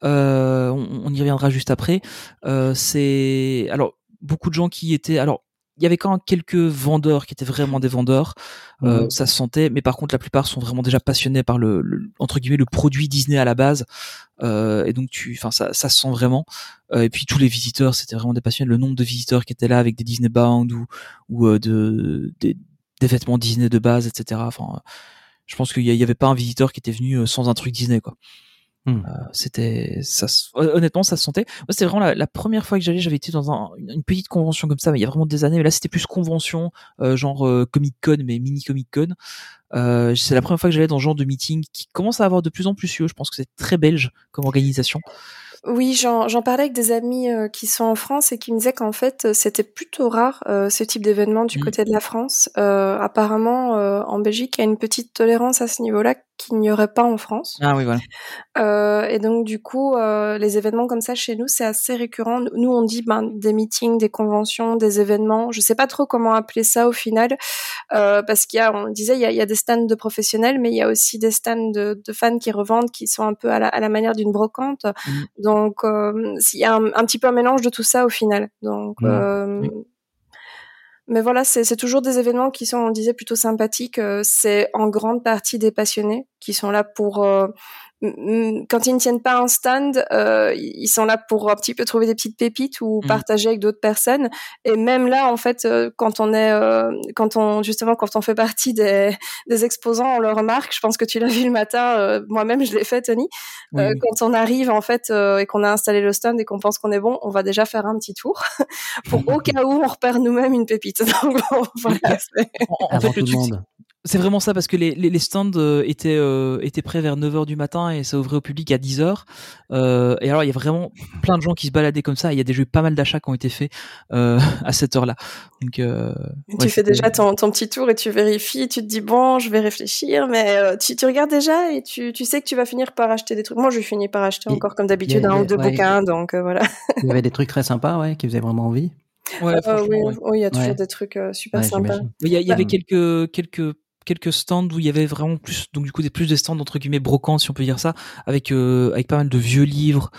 Euh, on, on y reviendra juste après. Euh, c'est, alors, beaucoup de gens qui étaient, alors. il y avait quand même quelques vendeurs qui étaient vraiment des vendeurs, euh, Mhm. ça se sentait, mais par contre la plupart sont vraiment déjà passionnés par le, le entre guillemets le produit Disney à la base, euh, et donc tu, enfin ça, ça se sent vraiment. Euh, et puis tous les visiteurs, c'était vraiment des passionnés. Le nombre de visiteurs qui étaient là avec des Disney Bound ou ou euh, de des, des vêtements Disney de base, et cetera. Enfin, je pense qu'il y, y avait pas un visiteur qui était venu euh, sans un truc Disney, quoi. Hmm. Euh, c'était ça se- honnêtement ça se sentait. Moi, c'était vraiment la, la première fois que j'allais, j'avais été dans un, une, une petite convention comme ça, mais il y a vraiment des années, mais là c'était plus convention, euh, genre euh, Comic Con, mais mini Comic Con. Euh, c'est la première fois que j'allais dans ce genre de meeting qui commence à avoir de plus en plus lieu. Je pense que c'est très belge comme organisation. Oui, j'en, j'en parlais avec des amis euh, qui sont en France et qui me disaient qu'en fait, euh, c'était plutôt rare euh, ce type d'événement du Mm. côté de la France. Euh, apparemment, euh, en Belgique, il y a une petite tolérance à ce niveau-là qu'il n'y aurait pas en France. Ah oui, voilà. Euh, et donc, du coup, euh, les événements comme ça chez nous, c'est assez récurrent. Nous, on dit ben, des meetings, des conventions, des événements. Je sais pas trop comment appeler ça au final, euh, parce qu'il y a, on le disait, il y a, il y a des stands de professionnels, mais il y a aussi des stands de, de fans qui revendent, qui sont un peu à la, à la manière d'une brocante. Mm. Donc, euh, il y a un, un petit peu un mélange de tout ça au final. Donc, Mm. euh, Oui. mais voilà, c'est, c'est toujours des événements qui sont, on disait, plutôt sympathiques. Euh, c'est en grande partie des passionnés qui sont là pour... Euh, m- m- quand ils ne tiennent pas un stand, euh, ils sont là pour un petit peu trouver des petites pépites ou Mm. partager avec d'autres personnes. Et même là, en fait, euh, quand on est, euh, quand on justement, quand on fait partie des, des exposants, on le remarque. Je pense que tu l'as vu le matin. Euh, moi-même, je l'ai fait, Tony. Oui, Euh, oui. quand on arrive en fait euh, et qu'on a installé le stand et qu'on pense qu'on est bon, on va déjà faire un petit tour pour au cas où on repère nous-mêmes une pépite. Donc bon, voilà. c'est- En, en Avant fait, tout le le truc, c'est- monde. c'est vraiment ça parce que les, les, les stands euh, étaient, euh, étaient prêts vers neuf heures du matin et ça ouvrait au public à dix heures. Euh, et alors, il y a vraiment plein de gens qui se baladaient comme ça. Et il y a déjà eu pas mal d'achats qui ont été faits euh, à cette heure-là. Donc, euh, tu ouais, fais c'était- déjà ton, ton petit tour et tu vérifies, tu te dis bon, je vais réfléchir, mais euh, tu, tu regardes déjà et tu, tu sais que tu vas finir par acheter des trucs. Moi, je finis par acheter Il- encore comme il y a- d'habitude il y un a- ou deux ouais, bouquins, donc euh, voilà. Il y avait des trucs très sympas, ouais, qui faisaient vraiment envie. Ouais, Euh, franchement, oui, ouais. oui, il y a toujours Ouais. des trucs euh, super Ouais, sympas. j'imagine. Il y, a- il y avait Bah, quelques quelques quelques stands où il y avait vraiment plus, donc du coup des plus des stands entre guillemets brocants, si on peut dire ça, avec euh, avec pas mal de vieux livres,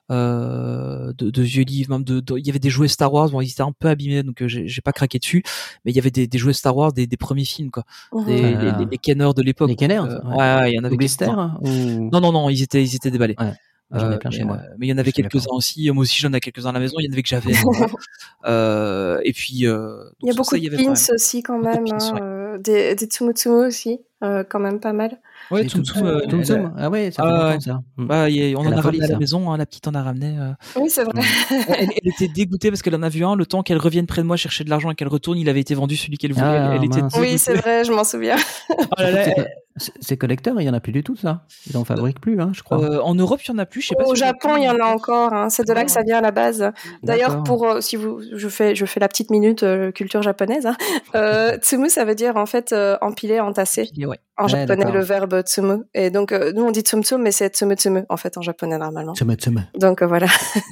euh, de, de vieux livres, même de, de- il y avait des jouets Star Wars. Bon, ils étaient un peu abîmés, donc euh, j'ai, j'ai pas craqué dessus, mais il y avait des, des jouets Star Wars des, des premiers films, quoi, Mhm. des, Ah, les, les, les Kenners de l'époque. les Kenners, Euh, ouais. ouais, ouais, il y en avait Ou blister, quelques-uns. hein, ou... Non, non, non, ils étaient ils étaient déballés. Ouais. Moi, j'en ai Euh, plein mais, chez moi. euh, mais il y en avait Je savais quelques-uns pas. aussi. Moi aussi, j'en ai quelques-uns à la maison. Il y en avait que j'avais. Voilà. Euh, et puis, euh, donc Il y a sur beaucoup ça, de il y avait pas pins mal. aussi quand Beaucoup de même, pins, hein, ouais. euh, des, des Tsum Tsum aussi, euh, quand même pas mal. Ouais, Et Tsum Tsum Tsum, euh, Tsum, elle- Tsum, ah ouais, ça fait ah, longtemps ouais. ça. Mm. Bah, il y a- on C'est en la a folie, ramené à la ça. maison, hein, la petite en a ramené. euh. Oui, c'est vrai. Elle, elle était dégoûtée parce qu'elle en a vu un. Le temps qu'elle revienne près de moi chercher de l'argent et qu'elle retourne, il avait été vendu celui qu'elle voulait. Ah, elle, elle était mince. dégoûtée. Oui, c'est vrai, je m'en souviens. Oh là là, C'est elle- co- c'est- c'est collecteur, il y en a plus du tout ça. Ils en fabriquent plus, hein, je crois. euh, en Europe, il y en a plus. Je sais pas Au si au Japon, il y en a encore. Hein. C'est de là Ouais, que ça vient à la base. D'ailleurs, D'accord. pour euh, si vous, je fais, je fais la petite minute euh, culture japonaise. Hein. Euh, tsumu, ça veut dire en fait euh, empiler, entasser. ouais. Ouais. En Ouais, japonais, d'accord. le verbe tsumu. Et donc, euh, nous, on dit tsum tsum, mais c'est tsumu tsumu en fait en japonais normalement. Tsum, tsum. Donc euh, voilà.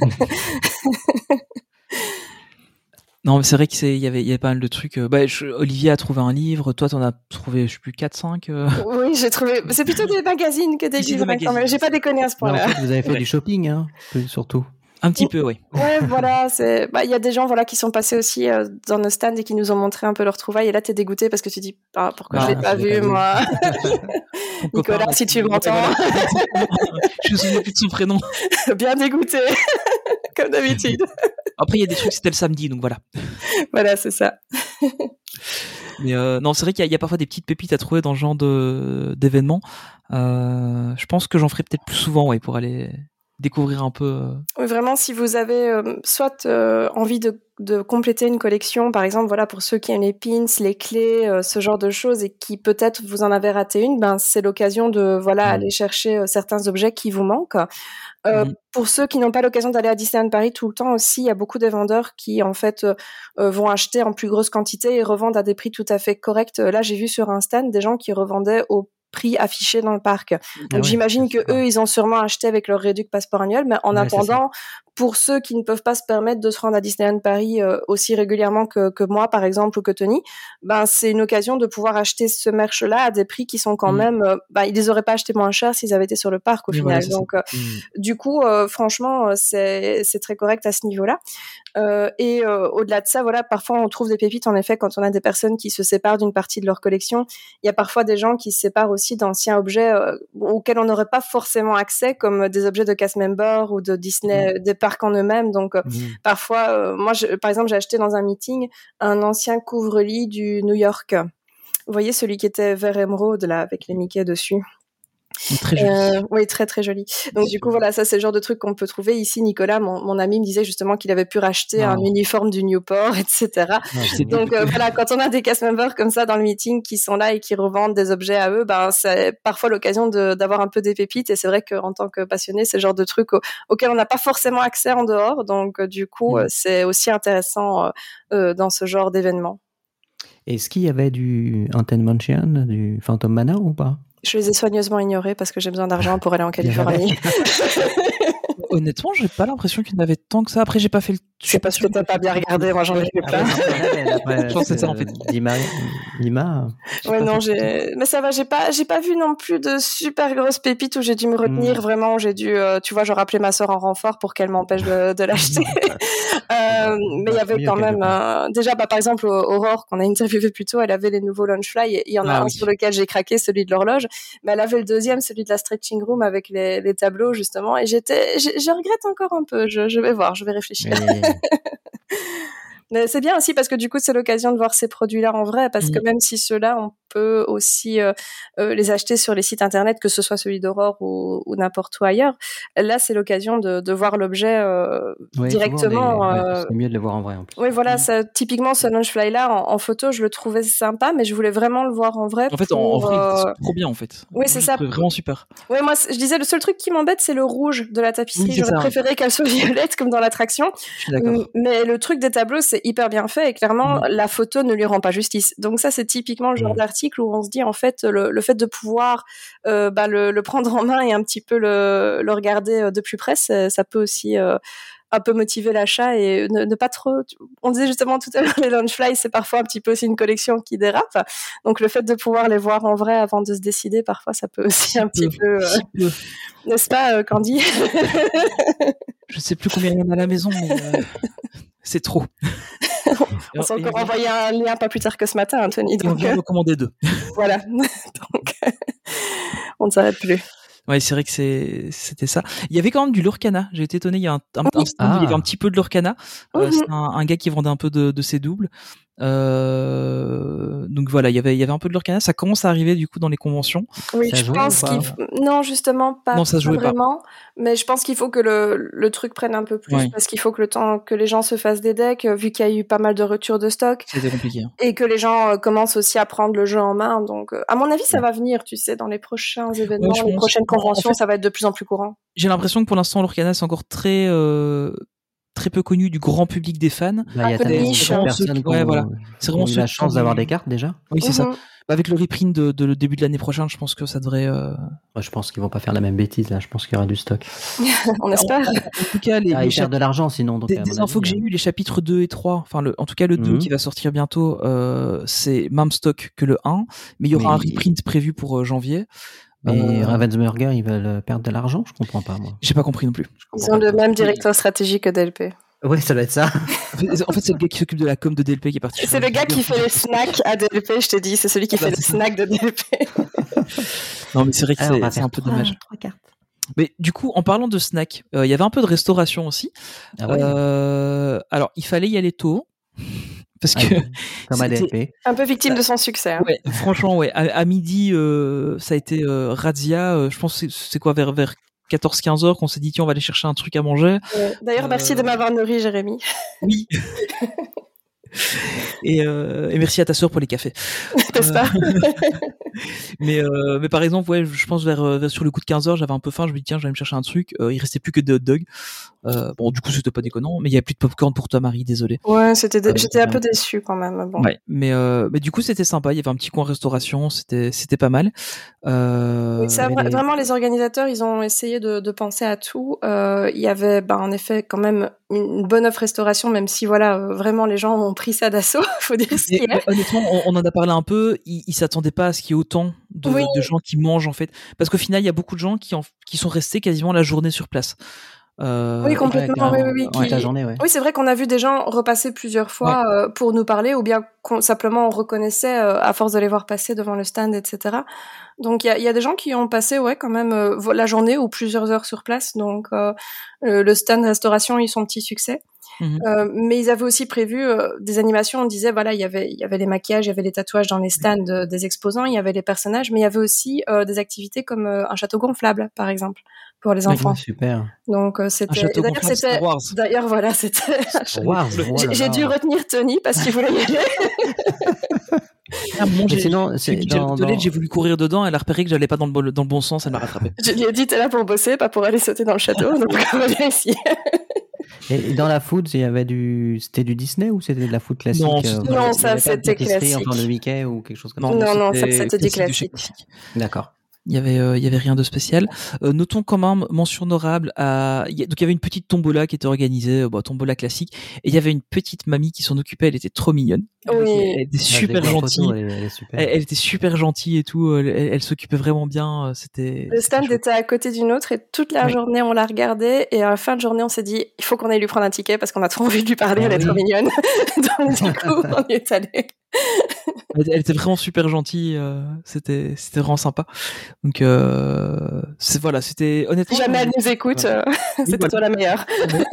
Non, mais c'est vrai qu'il y avait, il y avait pas mal de trucs. euh, Bah, je- Olivier a trouvé un livre. Toi, t'en as trouvé, je sais plus, quatre, cinq. euh. Oui, j'ai trouvé. C'est plutôt des magazines que des Si, c'est des livres. hein, quand même. magazines, J'ai pas déconné à ce Non, en point-là. fait, vous avez fait Ouais. du shopping, hein, plus- surtout. Un petit peu, oui. Ouais, voilà, c'est, bah, il y a des gens, voilà, qui sont passés aussi euh, dans nos stands et qui nous ont montré un peu leur trouvaille. Et là, t'es dégoûté parce que tu dis, ah, pourquoi Ah, je l'ai pas je l'ai vu, pas vu. moi. Ton Nicolas, copain, si tu ouais, m'entends. voilà. Je me souviens plus de son prénom. Bien dégoûté, comme d'habitude. Après, il y a des trucs, c'était le samedi, donc voilà. Voilà, c'est ça. Mais euh, non, c'est vrai qu'il y, a- il y a parfois des petites pépites à trouver dans ce genre de d'événements. Euh, je pense que j'en ferai peut-être plus souvent, ouais, pour aller découvrir un peu. euh. Oui, vraiment, si vous avez euh, soit euh, envie de, de compléter une collection, par exemple, voilà, pour ceux qui aiment les pins, les clés, euh, ce genre de choses, et qui peut-être vous en avez raté une, ben c'est l'occasion de voilà Mm. aller chercher euh, certains objets qui vous manquent. Euh, Mhm. Pour ceux qui n'ont pas l'occasion d'aller à Disneyland Paris tout le temps aussi, il y a beaucoup de vendeurs qui en fait euh, euh, vont acheter en plus grosse quantité et revendent à des prix tout à fait corrects. Là, j'ai vu sur un stand des gens qui revendaient au prix affiché dans le parc. Donc Ah ouais, j'imagine c'est que super. eux, ils ont sûrement acheté avec leur réduc passeport annuel, mais en Ouais, c'est ça. attendant, pour ceux qui ne peuvent pas se permettre de se rendre à Disneyland Paris euh, aussi régulièrement que, que moi, par exemple, ou que Tony, ben c'est une occasion de pouvoir acheter ce merch-là à des prix qui sont quand mmh. même... Euh, ben, ils les auraient pas achetés moins cher s'ils avaient été sur le parc, au oui, final. voilà, Donc, euh, mmh. du coup, euh, franchement, c'est, c'est très correct à ce niveau-là. Euh, et euh, au-delà de ça, voilà, parfois on trouve des pépites, en effet, quand on a des personnes qui se séparent d'une partie de leur collection. Il y a parfois des gens qui se séparent aussi d'anciens objets euh, auxquels on n'aurait pas forcément accès, comme des objets de cast member ou de Disney, mmh. des parcs en eux-mêmes. Donc, euh, mmh. parfois, euh, moi, je, par exemple, j'ai acheté dans un meeting un ancien couvre-lit du New York. Vous voyez celui qui était vert émeraude, là, avec les Mickey dessus. Très joli. Euh, oui, très très joli. Donc du coup voilà, ça c'est le genre de truc qu'on peut trouver ici. Nicolas, mon, mon ami, me disait justement qu'il avait pu racheter non. un uniforme du Newport, et cetera. Non, donc euh, voilà, quand on a des cast members comme ça dans le meeting qui sont là et qui revendent des objets à eux, ben c'est parfois l'occasion de, d'avoir un peu des pépites. Et c'est vrai qu'en tant que passionné, c'est le genre de truc au, auquel on n'a pas forcément accès en dehors. Donc euh, du coup, mmh. euh, c'est aussi intéressant euh, euh, dans ce genre d'événement. Est-ce qu'il y avait du Haunted Mansion, du Phantom Manor ou pas? Je les ai soigneusement ignorés parce que j'ai besoin d'argent pour aller en Californie. Honnêtement, j'ai pas l'impression qu'il y en avait tant que ça. Après, j'ai pas fait le. C'est parce que t'as pas bien regardé. Moi, j'en ai fait plein. Je pense que c'est ça en fait. Lima. Lima. Ouais, non, j'ai. Mais ça va. J'ai pas, j'ai pas vu non plus de super grosses pépites où j'ai dû me retenir. Mm. Vraiment, j'ai dû, euh, tu vois, genre appeler ma sœur en renfort pour qu'elle m'empêche de, de l'acheter. euh, mais il y avait quand même. Euh, déjà, bah, par exemple, Aurore, qu'on a interviewé plus tôt, elle avait les nouveaux Launchfly. Il y en a ah, un oui. sur lequel j'ai craqué, celui de l'horloge. Mais elle avait le deuxième, celui de la stretching room avec les, les tableaux justement. Et j'étais, je regrette encore un peu. Je, je vais voir, je vais réfléchir. Mais... Mais c'est bien aussi parce que du coup c'est l'occasion de voir ces produits-là en vrai, parce mmh. que même si ceux-là on peut aussi euh, euh, les acheter sur les sites internet, que ce soit celui d'Aurore ou, ou n'importe où ailleurs, là c'est l'occasion de, de voir l'objet euh, ouais, directement. Les... Euh... Ouais, c'est mieux de le voir en vrai en plus. Oui voilà, mmh. ça, typiquement ce Launchfly-là en, en photo je le trouvais sympa, mais je voulais vraiment le voir en vrai. En fait pour, en, en vrai euh... c'est trop bien en fait. Oui c'est ça. Vraiment super. Oui moi je disais le seul truc qui m'embête c'est le rouge de la tapisserie. Oui, J'aurais ça. préféré qu'elle soit violette comme dans l'attraction. Je suis d'accord. Mais le truc des tableaux c'est hyper bien fait et clairement mmh. la photo ne lui rend pas justice. Donc ça c'est typiquement le genre mmh. d'article où on se dit en fait le, le fait de pouvoir euh, bah, le, le prendre en main et un petit peu le, le regarder de plus près, ça peut aussi euh, un peu motiver l'achat et ne, ne pas trop. On disait justement tout à l'heure les Launchfly c'est parfois un petit peu aussi une collection qui dérape. Donc le fait de pouvoir les voir en vrai avant de se décider, parfois ça peut aussi un petit peu, euh, n'est-ce pas euh, Candy? Je sais plus combien il y en a à la maison, mais euh, c'est trop. On s'est encore envoyé un lien pas plus tard que ce matin, Anthony. Donc, on vient recommander deux. Voilà. Donc, on ne s'arrête plus. Ouais, c'est vrai que c'est, c'était ça. Il y avait quand même du Lorcana. J'ai été étonné. Il y a un, un, un stand ah. où il y avait un petit peu de Lorcana. Euh, mm-hmm. C'est un, un gars qui vendait un peu de, de ses doubles. Euh, donc voilà, il y avait, il y avait un peu de Lorcana. Ça commence à arriver du coup dans les conventions. Oui, ça je pense qu'il faut... non justement pas, non, ça se pas pas. vraiment. Mais je pense qu'il faut que le, le truc prenne un peu plus ouais. parce qu'il faut que le temps que les gens se fassent des decks, vu qu'il y a eu pas mal de ruptures de stock. C'était compliqué. Hein. Et que les gens euh, commencent aussi à prendre le jeu en main. Donc, euh, à mon avis, ça ouais. va venir. Tu sais, dans les prochains événements, ouais, les pense. prochaines conventions, en fait, ça va être de plus en plus courant. J'ai l'impression que pour l'instant, Lorcana c'est encore très euh... très peu connu du grand public des fans. Bah, il y a tellement de personnes qui ont, ouais, voilà. c'est vraiment eu la chance d'avoir des cartes déjà. Oui, c'est mm-hmm. ça. Bah, avec le reprint de, de le début de l'année prochaine, je pense que ça devrait. Euh... Ouais, je pense qu'ils vont pas faire la même bêtise là. Je pense qu'il y aura du stock. On espère. En, en tout cas, les, ah, les ils perdent de l'argent sinon. Donc, des, des infos que j'ai eues, les chapitres deux et trois, enfin, le, en tout cas le deux mm-hmm. qui va sortir bientôt, euh, c'est même stock que le un, mais il y aura mais... un reprint prévu pour euh, janvier. Mais euh... Ravensburger, ils veulent perdre de l'argent, je comprends pas moi. J'ai pas compris non plus. Ils ont le même directeur stratégique que D L P. Ouais, ça doit être ça. En fait, c'est le gars qui s'occupe de la com de D L P qui est parti. C'est le gars qui fait les snacks à D L P, je te dis. C'est celui qui fait les snacks de D L P. Non, mais c'est vrai que Alors, c'est, c'est un peu trois, dommage. Trois cartes. Mais du coup, en parlant de snacks, il euh, y avait un peu de restauration aussi. Ah ouais. euh, alors, il fallait y aller tôt. Parce que ah, comme à D L P. Un peu victime de son succès. Hein. Ouais, franchement, ouais. À, à midi, euh, ça a été euh, razzia. Euh, je pense que c'est, c'est quoi vers vers quatorze quinze heures qu'on s'est dit tiens on va aller chercher un truc à manger. Ouais. D'ailleurs, euh... merci de m'avoir nourri, Jérémy. Oui. et, euh, et merci à ta sœur pour les cafés. N'est-ce pas? mais euh, mais par exemple ouais je pense vers, vers sur le coup de quinze heures j'avais un peu faim, je me dis tiens je vais me chercher un truc, euh, il restait plus que des hot dogs. Euh, bon, du coup, c'était pas déconnant, mais il y a plus de popcorn pour toi, Marie, désolé. Ouais, c'était, dé- Euh, j'étais un peu déçue quand même. Bon. Ouais, mais euh, mais du coup, c'était sympa. Il y avait un petit coin restauration, c'était c'était pas mal. Euh, Oui, ça, mais vra- les- vraiment, les organisateurs, ils ont essayé de, de penser à tout. Euh, il y avait, ben, en effet, quand même une bonne offre restauration, même si, voilà, euh, vraiment, les gens ont pris ça d'assaut. Faut dire ce Mais, qu'il y a. mais honnêtement, on, on en a parlé un peu. Ils, ils s'attendaient pas à ce qu'il y ait autant de, Oui. de gens qui mangent en fait, parce qu'au final, il y a beaucoup de gens qui en, qui sont restés quasiment la journée sur place. Euh, Oui, et- complètement. Oui, oui, oui. Ouais, qui- la journée, ouais. Oui, c'est vrai qu'on a vu des gens repasser plusieurs fois euh, pour nous parler, ou bien qu'on, simplement on reconnaissait euh, à force de les voir passer devant le stand, et cetera. Donc il y a, il y a des gens qui ont passé, ouais, quand même euh, vo- la journée ou plusieurs heures sur place. Donc euh, euh, le stand restauration a eu son petit succès. Mhm. Euh, mais ils avaient aussi prévu euh, des animations. On disait, voilà, il y avait, il y avait les maquillages, il y avait les tatouages dans les stands euh, des exposants, il y avait les personnages, mais il y avait aussi euh, des activités comme euh, un château gonflable, par exemple, pour les Oui, enfants. super. Donc euh, Un c'était. château et D'ailleurs, gonflable c'était. Star Wars. D'ailleurs, voilà, c'était. Star Wars, Le- oh J'ai là j'ai là. dû retenir Tony parce qu'il voulait y aller. Ah, bon, Mais j'ai, sinon, j'ai, c'est j'ai- dans- désolé, dans- j'ai voulu courir dedans. Elle a repéré que j'allais pas dans le, bon- dans le bon sens. Elle m'a rattrapé. Je lui ai dit, t'es là pour bosser, pas pour aller sauter dans le château. Donc on va bien ici. Et dans la food, il y avait du, c'était du Disney ou c'était de la food classique? Non, euh, c'était- il y Non, avait ça, pas de c'était pâtisserie, classique. enfin de Mickey ou quelque chose comme Non, Non, non, ça, c'était c'était du classique de chez classique. classique. ça. D'accord. Il y avait, euh, il y avait rien de spécial. Euh, notons quand même mention honorable à. il y a- Donc il y avait une petite tombola qui était organisée, euh, bon, tombola classique, et il y avait une petite mamie qui s'en occupait. Elle était trop mignonne. Oui. Elle était Ah, je l'ai super vu en photo, gentille. elle, est- elle est super. Elle, elle était super gentille et tout. Elle, elle- elle s'occupait vraiment bien. euh, C'était. Le c'était stand chouette. était à côté d'une autre et toute la Oui. journée on l'a regardée et à la fin de journée on s'est dit il faut qu'on aille lui prendre un ticket parce qu'on a trop envie de lui parler, Ah elle est oui. trop mignonne. Donc du coup on y est allé. Elle, elle était vraiment super gentille. euh, c'était, c'était vraiment sympa. Donc euh, c'est voilà, c'était honnêtement. Si jamais elle nous écoute, euh, c'était voilà. toi la meilleure.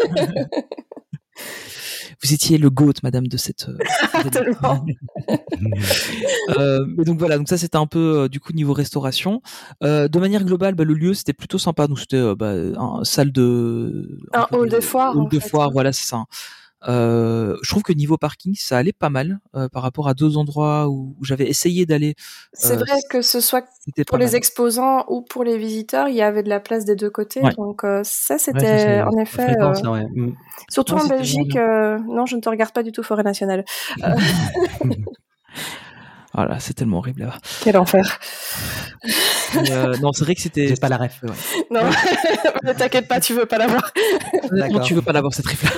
Vous étiez le goat, madame, de cette. euh, Tellement. Euh, mais donc voilà, donc ça c'était un peu euh, du coup niveau restauration. Euh, de manière globale, bah, le lieu c'était plutôt sympa. Donc c'était euh, bah, un salle de Un peu hall de foire, hall en de fait. foire, voilà c'est ça. Euh, je trouve que niveau parking ça allait pas mal euh, par rapport à deux endroits où, où j'avais essayé d'aller. C'est Euh, vrai que ce soit C'était pour pas les mal. exposants ou pour les visiteurs, il y avait de la place des deux côtés. Ouais. Donc euh, ça Ouais, c'était ça, c'est- en c'est effet. fréquent, euh, ça, ouais. Mm. Surtout Ouais, en c'était Belgique. vraiment euh, Non, je ne te regarde pas du tout Forêt Nationale. Euh, Voilà, c'est tellement horrible là. Quel enfer. Mais, euh, non, c'est vrai que c'était. J'ai pas la ref. Ouais. Non, ne t'inquiète pas, tu veux pas l'avoir. Honnêtement, D'accord. tu veux pas l'avoir cette rifle.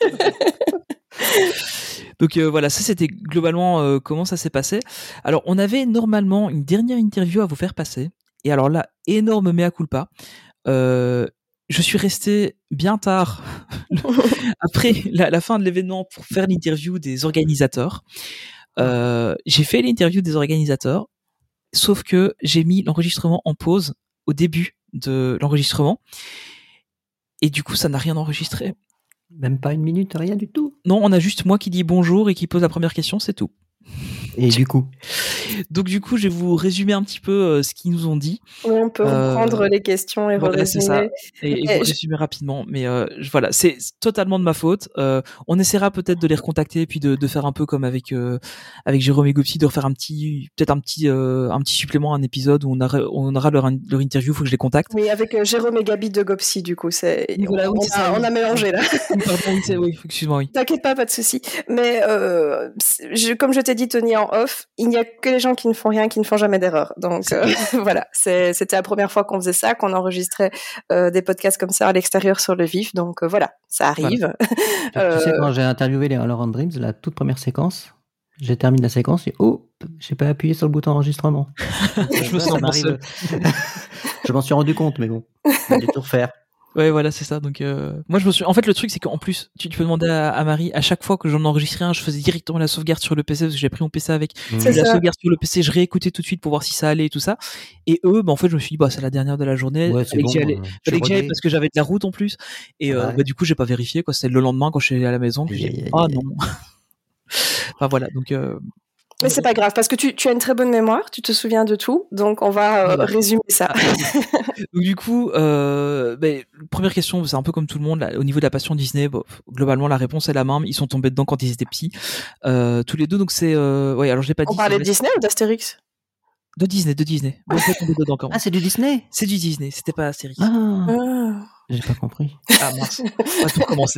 Donc euh, voilà, ça c'était globalement euh, comment ça s'est passé. Alors on avait normalement une dernière interview à vous faire passer. Et alors là, énorme mea culpa. Euh, je suis resté bien tard après la, la fin de l'événement pour faire l'interview des organisateurs. Euh, j'ai fait l'interview des organisateurs, sauf que j'ai mis l'enregistrement en pause au début de l'enregistrement. Et du coup, ça n'a rien enregistré. Même pas une minute, rien du tout. Non, on a juste moi qui dis bonjour et qui pose la première question, c'est tout. Et du coup, Donc du coup, je vais vous résumer un petit peu euh, ce qu'ils nous ont dit. Oui, on peut Euh, reprendre les questions et Voilà, c'est ça. résumer. Et, et Et vous je- résumer rapidement. Mais euh, je- voilà, c'est totalement de ma faute. Euh, on essaiera peut-être de les recontacter et puis de, de faire un peu comme avec euh, avec Jérôme et Gopsy, de refaire un petit, peut-être un petit euh, un petit supplément, un épisode où on aura on aura leur, in- leur interview. Faut que je les contacte. Oui, avec euh, Jérôme et Gabi de Gopsy, du coup, c'est Oui, voilà, oui, on, c'est a, ça, oui. on a mélangé là. Oui, pardon, oui, c'est- oui, excuse-moi, oui. T'inquiète pas, pas de souci. Mais euh, c'est- je, comme je t'ai dit, Tony, en off, il n'y a que les gens qui ne font rien, qui ne font jamais d'erreur. Donc euh, voilà, c'est- c'était la première fois qu'on faisait ça, qu'on enregistrait euh, des podcasts comme ça à l'extérieur sur le vif. Donc euh, voilà, ça arrive. tu sais, Euh, quand j'ai interviewé les Laurent Dreams, la toute première séquence, j'ai terminé la séquence et oh, j'ai pas appuyé sur le bouton enregistrement. Je me Ça sens m'arrive. Je m'en suis rendu compte, mais bon, il fallait tout refaire. Ouais, voilà, c'est ça. Donc, euh, moi, je me suis. En fait, le truc, c'est qu'en plus, tu, tu peux demander à, à Marie, à chaque fois que j'en enregistrais un, je faisais directement la sauvegarde sur le P C parce que j'ai pris mon P C avec. Mmh. Je faisais la ça. sauvegarde sur le P C, je réécoutais tout de suite pour voir si ça allait et tout ça. Et eux, bah, en fait, je me suis dit, bah, c'est la dernière de la journée. Ouais, c'est fallait que bon, j'y allais, euh, fallait tu que j'y aille redais. parce que j'avais de la route en plus. Et Ah euh, ouais. bah, du coup, j'ai pas vérifié, quoi. C'était le lendemain quand je suis allé à la maison que j'ai Aïe, dit, aïe, ah aïe. non. Enfin, voilà. Donc, euh, Mais c'est pas grave, parce que tu, tu as une très bonne mémoire, tu te souviens de tout, donc on va euh, Voilà. résumer ça. Donc du coup, euh, ben, première question, c'est un peu comme tout le monde, là, au niveau de la passion Disney, bon, globalement la réponse est la même, ils sont tombés dedans quand ils étaient petits, euh, tous les deux, donc c'est... Euh, ouais, alors je l'ai pas On dit... parlait c'est de vrai, Disney ou d'Astérix? De Disney, de Disney. Bon, on peut tomber dedans quand même. Ah, c'est du Disney. C'est du Disney, c'était pas Astérix. Ah. Ah. J'ai pas compris. Ah mince, on va tout recommencer.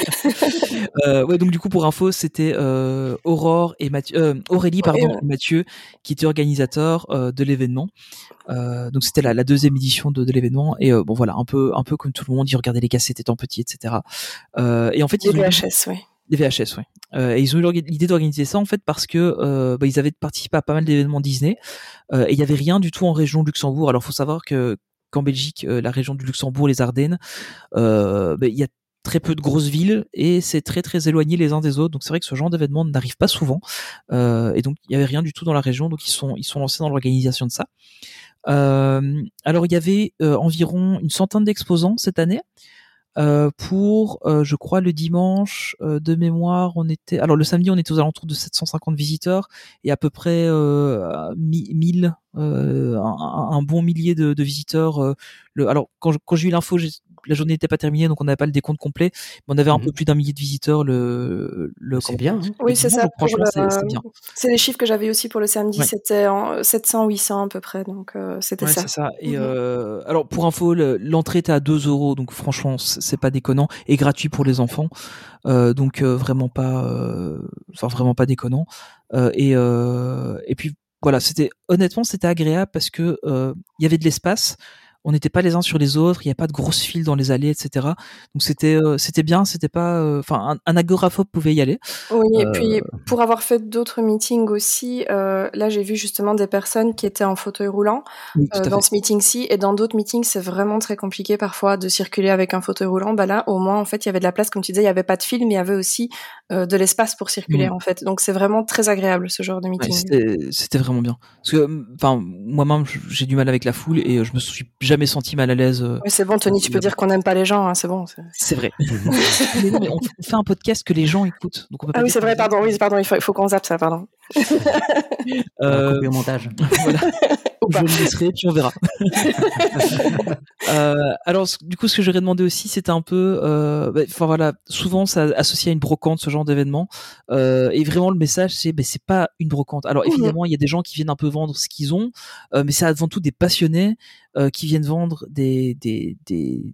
euh, ouais, donc du coup pour info, c'était euh, Aurore et Mathieu, euh, Aurélie pardon, ouais. et Mathieu qui étaient organisateurs euh, de l'événement. Euh, donc c'était la, la deuxième édition de, de l'événement et euh, bon voilà un peu un peu comme tout le monde, ils regardaient les cassettes étant petits, et cetera. Euh, et en fait Des ils ont V H S, oui. Des V H S, oui. Euh, et ils ont eu l'idée d'organiser ça en fait parce que euh, bah, ils avaient participé à pas mal d'événements Disney euh, et il y avait rien du tout en région Luxembourg. Alors faut savoir que qu'en Belgique, euh, la région du Luxembourg, les Ardennes, euh, bah, il y a très peu de grosses villes et c'est très très éloigné les uns des autres. Donc c'est vrai que ce genre d'événement n'arrive pas souvent. Euh, et donc il y avait rien du tout dans la région. Donc ils sont ils sont lancés dans l'organisation de ça. Euh, alors il y avait euh, environ une centaine d'exposants cette année. Euh, pour, euh, je crois, le dimanche euh, de mémoire, on était. Alors le samedi, on était aux alentours de sept cent cinquante visiteurs et à peu près euh, mille, euh, un, un bon millier de, de visiteurs. Euh, le, alors quand, je, quand j'ai eu l'info, j'ai, la journée n'était pas terminée, donc on n'avait pas le décompte complet, mais on avait un Mhm. peu plus d'un millier de visiteurs. Le, le C'est bien. Hein. Oui, c'est ça. Donc, franchement, le- c'est, c'est bien. C'est les chiffres que j'avais aussi pour le samedi, Ouais. c'était en sept cents huit cents à peu près, donc euh, c'était Ouais, ça. c'est ça. Et Mhm. euh, alors pour info, le- l'entrée était à deux euros, donc franchement c'est c'est pas déconnant et gratuit pour les enfants, euh, donc euh, vraiment pas, euh, enfin vraiment pas déconnant. Euh, et euh, et puis voilà, c'était honnêtement c'était agréable parce que euh, il y avait de l'espace. On n'était pas les uns sur les autres, il n'y a pas de grosses files dans les allées, et cetera. Donc c'était euh, c'était bien, c'était pas, enfin un, un agoraphobe pouvait y aller. Oui, et Euh, puis pour avoir fait d'autres meetings aussi, euh, là j'ai vu justement des personnes qui étaient en fauteuil roulant oui, tout euh, à dans fait. ce meeting-ci, et dans d'autres meetings c'est vraiment très compliqué parfois de circuler avec un fauteuil roulant. Bah là au moins en fait il y avait de la place, comme tu disais, il y avait pas de fil, mais il y avait aussi euh, de l'espace pour circuler Mm. en fait. Donc c'est vraiment très agréable ce genre de Ouais, meeting. c'était c'était vraiment bien parce que enfin moi-même j'ai du mal avec la foule et je me suis jamais senti mal à l'aise. euh, Oui, c'est bon Tony, tu peux dire qu'on n'aime pas les gens, hein, c'est bon. c'est- C'est vrai. mais non, mais on, on fait un podcast que les gens écoutent, donc on peut pas Ah oui dire c'est qu'on vrai, aime. pardon, oui pardon, il faut, il faut qu'on zappe ça, pardon. On va Euh, couper au montage. voilà. Ou Je pas. le laisserai, puis on verra. euh, alors, ce- du coup, ce que j'aurais demandé aussi, c'était un peu, euh, bah, enfin voilà, souvent ça associé à une brocante, ce genre d'événement, euh, et vraiment le message, c'est, ben c'est pas une brocante. Alors Mhm. évidemment, il y a des gens qui viennent un peu vendre ce qu'ils ont, euh, mais c'est avant tout des passionnés euh, qui viennent vendre des des des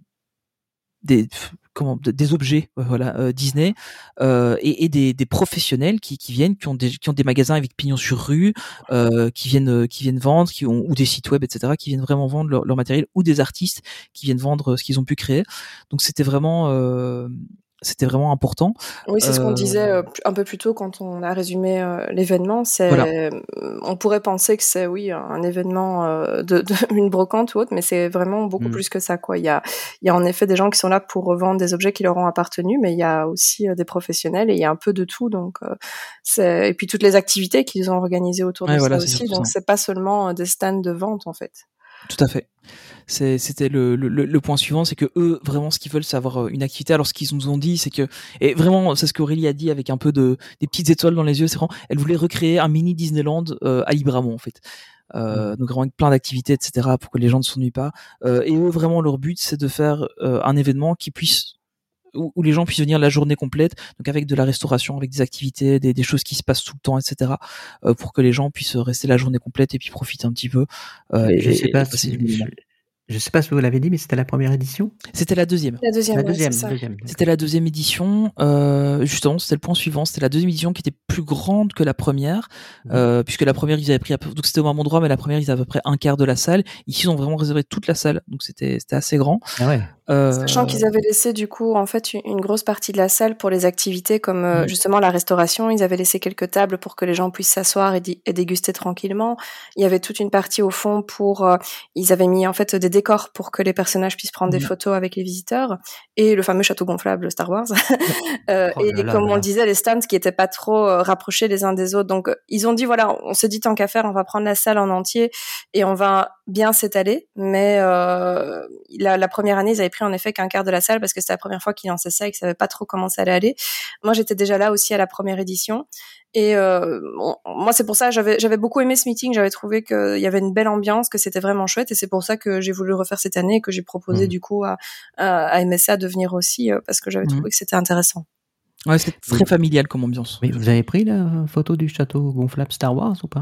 des pff, comment de- des objets euh, voilà euh, Disney euh, et, et des, des professionnels qui, qui viennent qui ont des qui ont des magasins avec pignon sur rue euh, qui viennent euh, qui viennent vendre qui ont ou des sites web etc qui viennent vraiment vendre leur, leur matériel ou des artistes qui viennent vendre ce qu'ils ont pu créer. Donc c'était vraiment euh, c'était vraiment important. Oui, c'est ce qu'on Euh, disait euh, un peu plus tôt quand on a résumé euh, l'événement. C'est, Voilà. on pourrait penser que c'est oui un événement euh, de, de une brocante ou autre, mais c'est vraiment beaucoup Mm. plus que ça, quoi. Il y a, il y a en effet des gens qui sont là pour revendre des objets qui leur ont appartenu, mais il y a aussi euh, des professionnels et il y a un peu de tout. Donc, euh, c'est et puis toutes les activités qu'ils ont organisées autour Ouais, de voilà, ça c'est aussi. surtout Donc, ça. c'est pas seulement euh, des stands de vente en fait. Tout à fait. C'est, c'était le, le, le point suivant, c'est que eux, vraiment, ce qu'ils veulent, c'est avoir une activité. Alors, ce qu'ils nous ont dit, c'est que, et vraiment, c'est ce qu'Aurélie a dit avec un peu de, des petites étoiles dans les yeux, c'est vraiment, elle voulait recréer un mini Disneyland euh, à Libramont, en fait. Euh, donc vraiment avec plein d'activités, et cetera, pour que les gens ne s'ennuient pas. Euh, et eux, vraiment, leur but, c'est de faire euh, un événement qui puisse où, où les gens puissent venir la journée complète, donc avec de la restauration, avec des activités, des, des choses qui se passent tout le temps, et cetera, euh, pour que les gens puissent rester la journée complète et puis profiter un petit peu. Euh, Je et, sais et pas passer si, du je, moment. je sais pas si vous l'avez dit, mais c'était la première édition. C'était la deuxième. La deuxième, La ouais, deuxième, c'est ça. deuxième. C'était la deuxième édition. Euh, justement, c'était le point suivant. C'était la deuxième édition qui était plus grande que la première, euh, puisque la première ils avaient pris à peu, donc c'était au même endroit, mais la première ils avaient à peu près un quart de la salle. Ici ils ont vraiment réservé toute la salle, donc c'était c'était assez grand. Ah ouais. Euh, Sachant qu'ils avaient laissé du coup en fait une grosse partie de la salle pour les activités comme euh, Mm. justement la restauration. Ils avaient laissé quelques tables pour que les gens puissent s'asseoir et, di- et déguster tranquillement. Il y avait toute une partie au fond pour euh, ils avaient mis en fait des décors pour que les personnages puissent prendre des Mm. photos avec les visiteurs et le fameux château gonflable Star Wars. euh, Oh et là là comme là on là. le disait, les stands qui étaient pas trop euh, rapprochés les uns des autres. Donc euh, ils ont dit voilà, on se dit tant qu'à faire, on va prendre la salle en entier et on va bien s'étaler. Mais euh, la, la première année, ils avaient pris en effet qu'un quart de la salle parce que c'était la première fois qu'ils lançaient ça et qu'ils savaient pas trop comment ça allait aller. Moi, j'étais déjà là aussi à la première édition. Et euh, bon, moi, c'est pour ça, j'avais j'avais beaucoup aimé ce meeting. J'avais trouvé qu'il y avait une belle ambiance, que c'était vraiment chouette. Et c'est pour ça que j'ai voulu le refaire cette année et que j'ai proposé Mmh. du coup à, à, à M S A de venir aussi euh, parce que j'avais Mm. trouvé que c'était intéressant. Ouais, c'est très Oui. familial comme ambiance. Mais vous avez pris la photo du château gonflable Star Wars ou pas?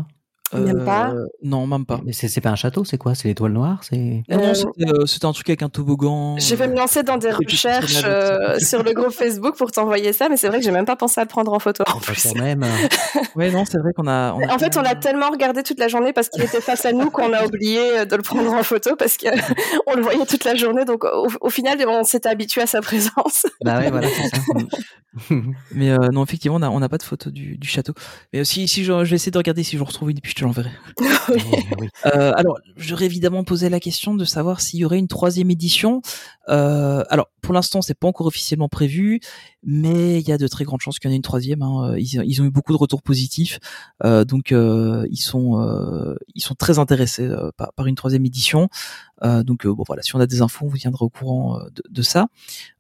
Même pas. Euh, Non, même pas. Mais c'est c'est pas un château, c'est quoi? C'est l'étoile noire? C'est Non, non, Euh, c'était euh, c'était un truc avec un toboggan. Je vais me lancer dans des euh, quelques recherches personnages, euh, sur le groupe Facebook pour t'envoyer ça, mais c'est vrai que j'ai même pas pensé à le prendre en photo. En, Enfin, plus. quand même. euh, Ouais, non, c'est vrai qu'on a. On a En fait, on l'a tellement regardé toute la journée parce qu'il était face à nous qu'on a oublié de le prendre en photo parce qu'on le voyait toute la journée. Donc, au, au final, on s'était habitué à sa présence. Bah ouais, voilà, c'est ça. Mais euh, non, effectivement, on n'a on a pas de photo du, du château. Mais aussi, si je, je vais essayer de regarder si je retrouve une et puis je te l'enverrai. Oui. Oui. Euh, alors, j'aurais évidemment posé la question de savoir s'il y aurait une troisième édition. Euh, alors, pour l'instant, c'est pas encore officiellement prévu, mais il y a de très grandes chances qu'il y en ait une troisième. Hein. Ils, ils ont eu beaucoup de retours positifs, euh, donc euh, ils sont euh, ils sont très intéressés euh, par, par une troisième édition. Euh, donc euh, bon, voilà, si on a des infos, on vous tiendra au courant euh, de, de ça.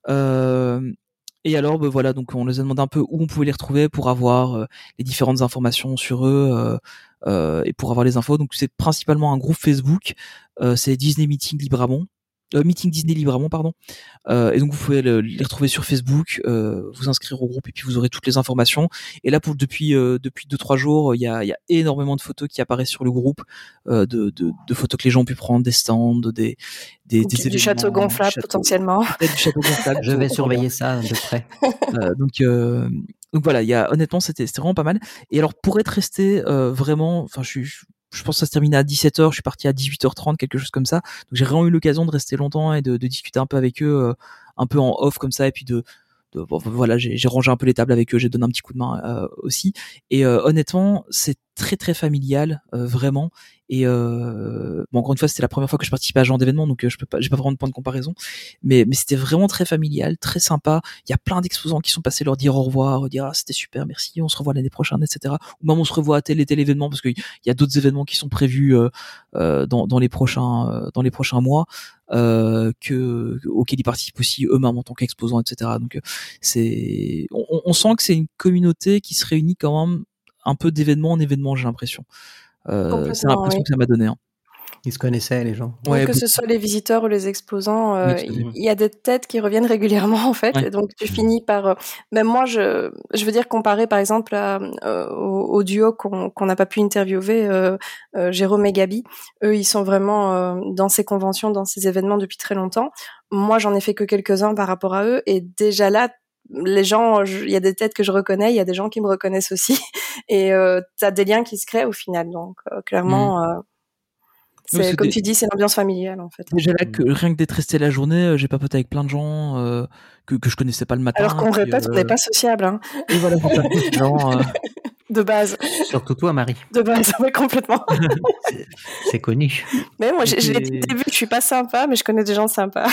Euh, Et alors, ben voilà, donc on les a demandé un peu où on pouvait les retrouver pour avoir euh, les différentes informations sur eux euh, euh, et pour avoir les infos. Donc c'est principalement un groupe Facebook, euh, c'est Disney Meeting Libramont, euh, Meeting Disney Libramont, pardon. Euh, et donc vous pouvez le, les retrouver sur Facebook, euh, vous inscrire au groupe et puis vous aurez toutes les informations. Et là, pour depuis euh, depuis deux trois jours, il y a, il y a énormément de photos qui apparaissent sur le groupe, euh, de, de, de photos que les gens ont pu prendre, des stands, des des, des Du, du château gonflable, château, potentiellement. peut-être du château gonflable. Je vais surveiller ça de près. Euh, donc, euh, donc voilà, il y a honnêtement c'était c'était vraiment pas mal. Et alors pour être resté euh, vraiment, enfin je suis je, je pense que ça se terminait à dix-sept heures, je suis parti à dix-huit heures trente, quelque chose comme ça. Donc j'ai vraiment eu l'occasion de rester longtemps et de, de discuter un peu avec eux, euh, un peu en off comme ça, et puis de, de bon, voilà, j'ai, j'ai rangé un peu les tables avec eux, j'ai donné un petit coup de main euh, aussi. Et euh, honnêtement, c'est très très familial, euh, vraiment. Et euh, bon, encore une fois, c'était la première fois que je participais à ce genre d'événement, donc euh, je peux pas, j'ai pas vraiment de point de comparaison. Mais mais c'était vraiment très familial, très sympa. Il y a plein d'exposants qui sont passés leur dire au revoir, dire ah c'était super, merci, on se revoit l'année prochaine, et cetera. Ou même on se revoit à tel et tel événement parce qu'il y a d'autres événements qui sont prévus euh, euh, dans dans les prochains euh, dans les prochains mois. Euh, que auxquels ils participent aussi eux-mêmes en tant qu'exposants, et cetera. Donc euh, c'est, on, on sent que c'est une communauté qui se réunit quand même un peu d'événement en événement, j'ai l'impression. Euh, c'est l'impression oui. que ça m'a donné. Hein. Ils se connaissaient, les gens. Ouais, que beaucoup. ce soit les visiteurs ou les exposants, euh, Oui, il y, y a des têtes qui reviennent régulièrement en fait, Ouais. et donc tu finis par. Euh, même moi, je, je veux dire comparé par exemple à, euh, au, au duo qu'on qu'on n'a pas pu interviewer, euh, euh, Jérôme et Gabi. Eux, ils sont vraiment euh, dans ces conventions, dans ces événements depuis très longtemps. Moi, j'en ai fait que quelques-uns par rapport à eux, et déjà là. Les gens, il y a des têtes que je reconnais, il y a des gens qui me reconnaissent aussi, et euh, t'as des liens qui se créent au final. Donc euh, clairement, mmh. euh, c'est, c'est comme des... tu dis, c'est l'ambiance familiale en fait. Déjà là, que rien que d'être resté la journée, euh, j'ai papoté avec plein de gens euh, que que je connaissais pas le matin. Alors qu'on répète, euh... on n'est pas sociable. Hein. Et voilà, genre, euh... de base. Surtout toi, Marie. De base, oui, complètement. c'est, c'est connu. Mais moi, j'ai, j'ai dit au début, je suis pas sympa, mais je connais des gens sympas.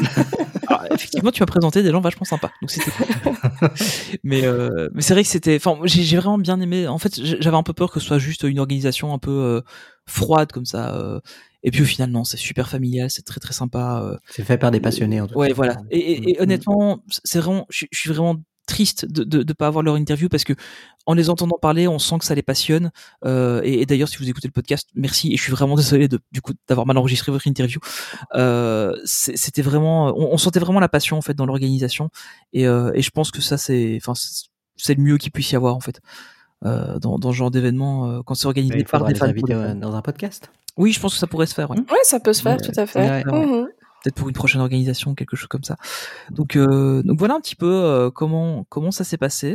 Alors, effectivement, tu m'as présenté des gens vachement sympas, donc c'était cool. mais euh, mais c'est vrai que c'était, enfin, j'ai, j'ai vraiment bien aimé. En fait, j'avais un peu peur que ce soit juste une organisation un peu euh, froide comme ça. Euh, et puis au final, non, c'est super familial, c'est très très sympa. Euh, c'est fait par des passionnés en tout cas. Ouais, voilà. Et, et, et honnêtement, c'est vraiment, je, je suis vraiment triste de, de de pas avoir leur interview parce que en les entendant parler, on sent que ça les passionne. Euh, et, et d'ailleurs, si vous écoutez le podcast, merci. Et je suis vraiment désolé de du coup d'avoir mal enregistré votre interview. Euh, c'était vraiment, on, on sentait vraiment la passion en fait dans l'organisation. Et, euh, et je pense que ça c'est, enfin c'est le mieux qu'il puisse y avoir en fait euh, dans dans ce genre d'événement euh, quand c'est organisé il par des fans. Dans un podcast. Oui, je pense que ça pourrait se faire. Ouais, ouais ça peut se faire ouais, tout à fait. Ouais, mmh. Peut-être pour une prochaine organisation, quelque chose comme ça. Donc, euh, donc voilà un petit peu euh, comment comment ça s'est passé.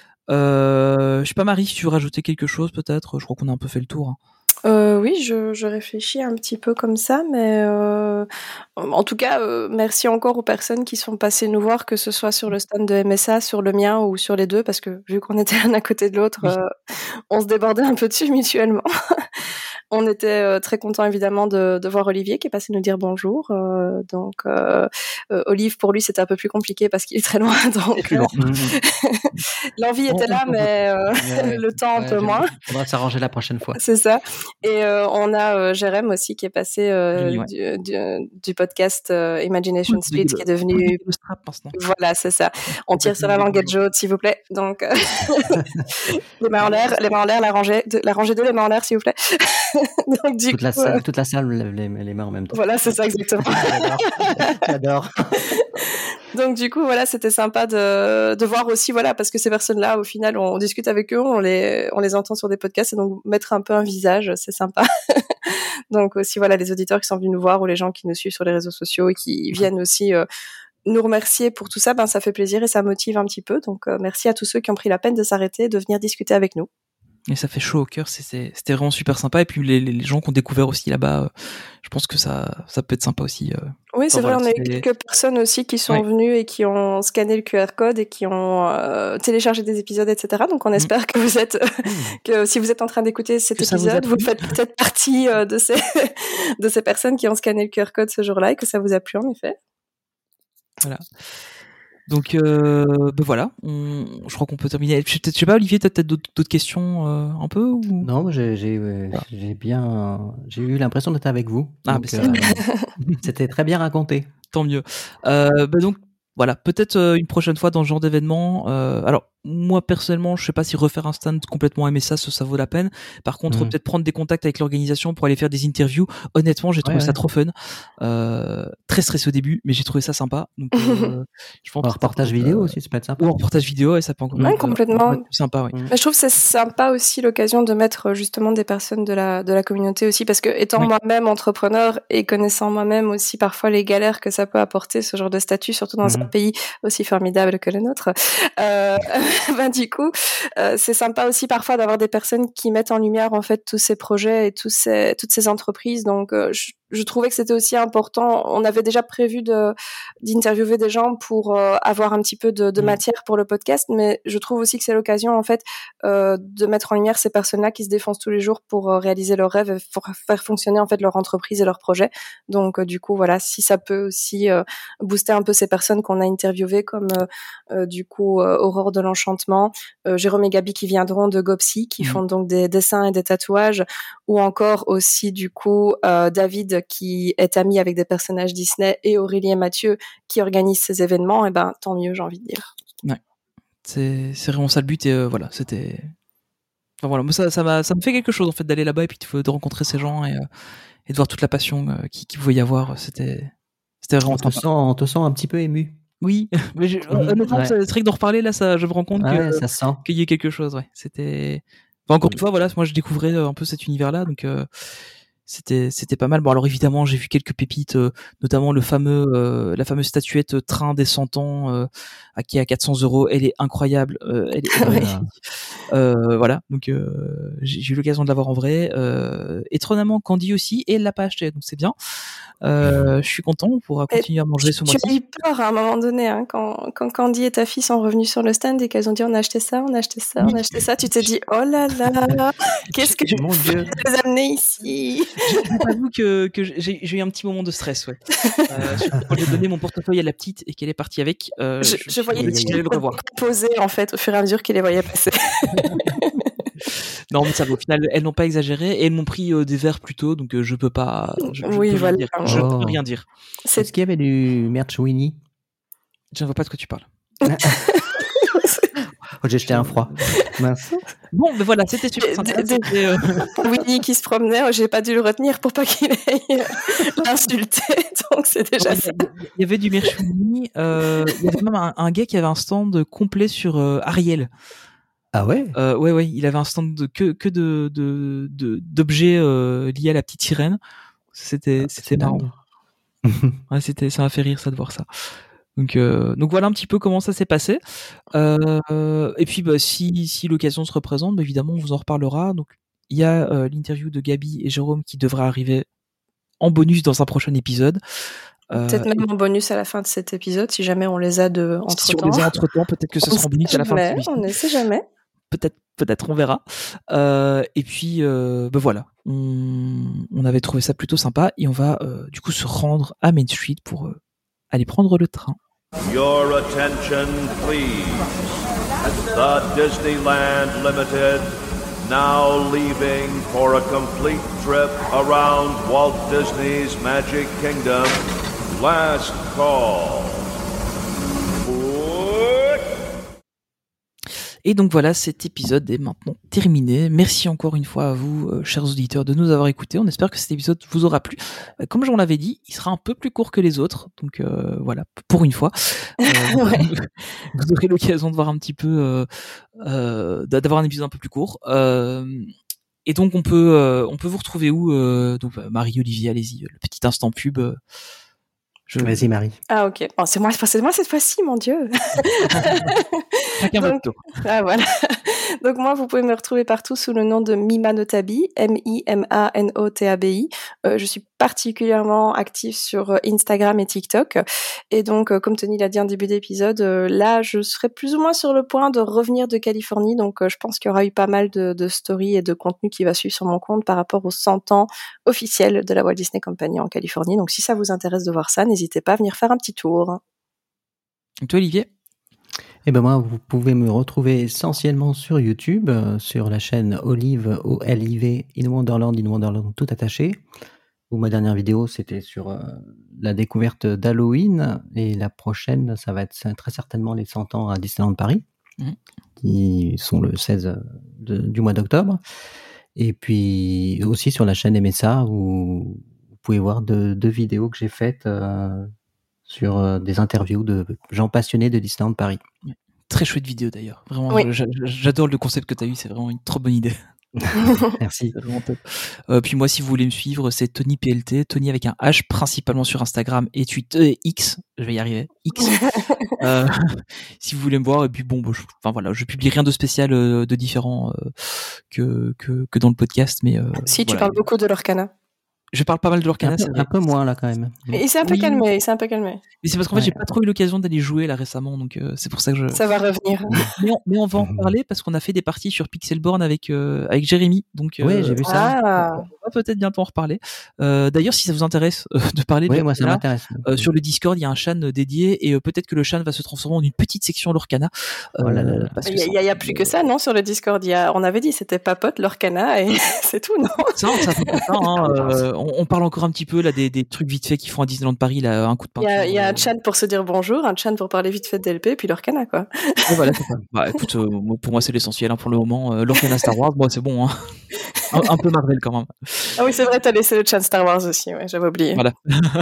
Euh, je sais pas, Marie, si tu veux rajouter quelque chose, peut-être. Je crois qu'on a un peu fait le tour. Hein. Euh, oui, je, je réfléchis un petit peu comme ça, mais euh, en tout cas, euh, merci encore aux personnes qui sont passées nous voir, que ce soit sur le stand de M S A, sur le mien ou sur les deux, parce que vu qu'on était l'un à côté de l'autre, oui. euh, on se débordait un peu dessus mutuellement. On était euh, très contents évidemment de, de voir Olivier qui est passé nous dire bonjour. Euh, donc euh, euh, Olive, pour lui c'était un peu plus compliqué parce qu'il est très loin. Donc euh, l'envie était là, mais euh, ouais, le temps ouais, un peu moins. On va s'arranger la prochaine fois. C'est ça. Et euh, on a euh, Jérém aussi qui est passé euh, oui, ouais. du, du, du podcast euh, Imagination oui, Split qui est devenu. Le strap, voilà, c'est ça. On tire sur la languette jaune, s'il vous plaît. Donc euh... les mains en l'air, les mains en l'air, la rangée, de, la rangée deux, les mains en l'air, s'il vous plaît. Donc, du toute, coup, la salle, euh... toute la salle lève les, les mains en même temps. Voilà, c'est ça exactement. J'adore. J'adore. Donc du coup, voilà, c'était sympa de, de voir aussi, voilà, parce que ces personnes-là, au final, on, on discute avec eux, on les, on les entend sur des podcasts, et donc mettre un peu un visage, c'est sympa. Donc aussi, voilà, les auditeurs qui sont venus nous voir ou les gens qui nous suivent sur les réseaux sociaux et qui viennent aussi euh, nous remercier pour tout ça, ben ça fait plaisir et ça motive un petit peu. Donc euh, merci à tous ceux qui ont pris la peine de s'arrêter, de venir discuter avec nous. Et ça fait chaud au cœur, c'était, c'était vraiment super sympa. Et puis les, les gens qu'on découvert aussi là-bas, euh, je pense que ça, ça peut être sympa aussi. Euh. Oui, c'est enfin, vrai, voilà, on a eu c'est... quelques personnes aussi qui sont ouais. venues et qui ont scanné le Q R code et qui ont euh, téléchargé des épisodes, et cetera. Donc on mmh. espère que vous êtes, que si vous êtes en train d'écouter cet que épisode, vous, vous faites peut-être partie euh, de ces de ces personnes qui ont scanné le Q R code ce jour-là et que ça vous a plu en effet. Voilà. Donc, euh, ben voilà, on, je crois qu'on peut terminer. Je, je sais pas, Olivier, t'as peut-être d'autres, d'autres questions euh, un peu ou... Non, j'ai, j'ai, euh, ah. j'ai bien, j'ai eu l'impression d'être avec vous. Ah, donc, euh, c'était très bien raconté. Tant mieux. Euh, ben donc, voilà, peut-être euh, une prochaine fois dans ce genre d'événement. Euh, alors, moi personnellement, je sais pas si refaire un stand complètement aimer ça, ça, ça vaut la peine. Par contre, mmh. peut-être prendre des contacts avec l'organisation pour aller faire des interviews. Honnêtement, j'ai trouvé ouais, ça ouais. trop fun. Euh, très stressé au début, mais j'ai trouvé ça sympa. Donc, euh, je pense. Un reportage euh, vidéo aussi, ça peut être sympa. Ou un reportage vidéo, et ça peut encore ouais, être, complètement. être sympa. Oui. Mmh. Je trouve que c'est sympa aussi l'occasion de mettre justement des personnes de la de la communauté aussi, parce que étant oui. moi-même entrepreneur et connaissant moi-même aussi parfois les galères que ça peut apporter ce genre de statut, surtout dans mmh. un pays aussi formidable que le nôtre. Euh, ben du coup. Euh, c'est sympa aussi parfois d'avoir des personnes qui mettent en lumière en fait tous ces projets et tous ces, toutes ces entreprises. Donc euh, je, je trouvais que c'était aussi important. On avait déjà prévu de d'interviewer des gens pour euh, avoir un petit peu de, de mmh. matière pour le podcast, mais je trouve aussi que c'est l'occasion en fait euh, de mettre en lumière ces personnes-là qui se défoncent tous les jours pour euh, réaliser leurs rêves et pour faire fonctionner en fait leur entreprise et leurs projets. Donc euh, du coup voilà, si ça peut aussi euh, booster un peu ces personnes qu'on a interviewées, comme euh, euh, du coup euh, Aurore de l'Enchantement, euh, Jérôme et Gabi qui viendront de Gopsy, qui mmh. font donc des dessins et des tatouages, ou encore aussi du coup euh, David qui est ami avec des personnages Disney, et Aurélie et Mathieu qui organisent ces événements. Et ben tant mieux, j'ai envie de dire. Ouais, c'est c'est vraiment ça le but. Et euh, voilà, c'était. Enfin voilà, moi ça ça m'a ça me fait quelque chose en fait d'aller là-bas et puis de, de rencontrer ces gens et euh, et de voir toute la passion euh, qui qui pouvait y avoir. C'était c'était vraiment. On te sent on te sent un petit peu ému. Oui, mais je, honnêtement, ouais. c'est vrai que d'en reparler là, ça, je me rends compte ah que, ouais, ça sent. qu'il y ait quelque chose. Ouais, c'était. Enfin, encore une fois, voilà, moi je découvrais un peu cet univers-là, donc euh, c'était c'était pas mal. Bon, alors évidemment, j'ai vu quelques pépites, euh, notamment le fameux euh, la fameuse statuette euh, train des cent ans euh, à qui est à quatre cents euros. Elle est incroyable. Euh, elle est oui. euh, voilà, donc euh, j'ai, j'ai eu l'occasion de l'avoir en vrai. Euh, étonnamment, Candy aussi, et elle l'a pas acheté, donc c'est bien. Euh, je suis content, on pourra continuer et à manger ce mois-ci. Tu as eu peur à un moment donné, hein, quand, quand Candy et ta fille sont revenus sur le stand et qu'elles ont dit on a acheté ça, on a acheté ça, on a acheté ça. Tu t'es dit oh là là, qu'est-ce que je vais les amener ici? J'avoue que, que j'ai, j'ai eu un petit moment de stress, ouais. Euh, quand j'ai donné mon portefeuille à la petite et qu'elle est partie avec, euh, je, je, je voyais que j'allais le revoir. Poser en fait au fur et à mesure qu'il les voyait passer. Non, mais ça va. Au final, elles n'ont pas exagéré et elles m'ont pris euh, des verres plus tôt, donc euh, je peux pas. Je, je oui, peux voilà. Rien dire. Je oh. peux rien dire. C'est... Est-ce qu'il y avait du merch Winnie? Je ne vois pas de quoi tu parles. Oh, j'ai jeté un froid. Mince. Bon, ben voilà, c'était super sympa. C'était, euh... Winnie qui se promenait, j'ai pas dû le retenir pour pas qu'il aille l'insulter, donc c'est déjà non, ça. Il y avait du merch Winnie, euh, il y avait même un, un gars qui avait un stand complet sur euh, Ariel. Ah ouais euh, Ouais, ouais, il avait un stand de, que, que de, de, de, d'objets euh, liés à la petite sirène. C'était, ah, c'était marrant. Ouais, c'était, ça m'a fait rire ça de voir ça. Donc, euh, donc voilà un petit peu comment ça s'est passé. Euh, et puis bah, si, si l'occasion se représente, bah, évidemment on vous en reparlera. Donc il y a euh, l'interview de Gabi et Jérôme qui devra arriver en bonus dans un prochain épisode. Euh, peut-être même en bonus à la fin de cet épisode, si jamais on les a de entre si temps. Si on les a entre temps, peut-être que ce sera en bonus à la fin de celui-ci. On ne sait jamais. Peut-être, peut-être, on verra. Euh, et puis, euh, ben voilà, on, on avait trouvé ça plutôt sympa et on va euh, du coup se rendre à Main Street pour euh, aller prendre le train. Your attention, please. The Disneyland Limited, now leaving for a complete trip around Walt Disney's Magic Kingdom. Last call. Et donc voilà, cet épisode est maintenant terminé. Merci encore une fois à vous, euh, chers auditeurs, de nous avoir écoutés. On espère que cet épisode vous aura plu. Euh, comme j'en l'avais dit, il sera un peu plus court que les autres, donc euh, voilà, pour une fois. Euh, Ouais. vous aurez l'occasion de voir un petit peu, euh, euh, d'avoir un épisode un peu plus court. Euh, et donc on peut, euh, on peut vous retrouver où euh, Donc euh, Marie, Olivier, allez-y, le petit instant pub. euh, Je... Vas-y, Marie. Ah, ok. Bon, c'est moi, c'est moi cette fois-ci, mon Dieu. Chacun votre Donc, tour. ah, voilà. Donc, moi, vous pouvez me retrouver partout sous le nom de Mima Notabi, M I M A N O T A B I. Euh, je suis particulièrement active sur euh, Instagram et TikTok. Et donc, euh, comme Tony l'a dit en début d'épisode, euh, là, je serai plus ou moins sur le point de revenir de Californie. Donc, euh, je pense qu'il y aura eu pas mal de, de stories et de contenu qui va suivre sur mon compte par rapport aux cent ans officiels de la Walt Disney Company en Californie. Donc, si ça vous intéresse de voir ça, n'hésitez pas à venir faire un petit tour. Et toi, Olivier? Eh ben moi, vous pouvez me retrouver essentiellement sur YouTube, euh, sur la chaîne Olive, O L I V, In Wonderland, In Wonderland, tout attaché. Où ma dernière vidéo, c'était sur euh, la découverte d'Halloween. Et la prochaine, ça va être très certainement les cent ans à Disneyland Paris, Mmh. qui sont le seize de- du mois d'octobre. Et puis aussi sur la chaîne M S A, où vous pouvez voir deux, deux vidéos que j'ai faites euh, sur euh, des interviews de gens passionnés de Disneyland Paris. Ouais. Très chouette vidéo d'ailleurs. Vraiment, Oui. j'a- j'a- j'adore le concept que tu as eu. C'est vraiment une trop bonne idée. Merci. C'est vraiment top. Euh, puis moi, si vous voulez me suivre, c'est Tony P L T, Tony avec un H, principalement sur Instagram et Twitter, et X. Je vais y arriver. X. Euh, si vous voulez me voir, et puis bon, bah, je, enfin voilà, je publie rien de spécial, euh, de différent euh, que, que que dans le podcast, mais euh, Si, tu voilà. parles beaucoup de l'Orcana. Je parle pas mal de Un l'Orcana, peu, c'est vrai. un peu moins là quand même. Et il s'est un peu Oui. calmé, il s'est un peu calmé. Mais c'est parce qu'en fait, Ouais. j'ai pas trop eu l'occasion d'aller jouer là récemment, donc euh, c'est pour ça que je. Ça va revenir. Mais on, mais on va en reparler parce qu'on a fait des parties sur Pixelborn avec euh, avec Jérémy, donc euh, Ouais, j'ai vu ça. Ah, on va peut-être bientôt en reparler. Euh, D'ailleurs, si ça vous intéresse euh, de parler de Oui, moi ça l'Orcana, m'intéresse. euh, sur le Discord, il y a un chan dédié et euh, peut-être que le chan va se transformer en une petite section Lorcana. Oh là là là. parce il que y, a- ça- il y a- il y a plus que ça, non, sur le Discord. Il y a, on avait dit c'était Papote, l'Orcana, et c'est tout, non? Ça, ça fait pas ça, hein, euh, on, on parle encore un petit peu là des, des trucs vite fait qu'ils font à Disneyland Paris, là, un coup de Il y peinture. a, il y a un euh, chat pour se dire bonjour, un chat pour parler vite fait d'L P, puis l'Orcana, quoi. et voilà, c'est ça. Bah, écoute, euh, moi, pour moi c'est l'essentiel hein, pour le moment. Euh, Lorcana Star Wars, moi c'est bon. Hein. un, un peu Marvel quand même. Ah oui, c'est vrai, t'as laissé le chat Star Wars aussi, ouais, j'avais oublié. Voilà.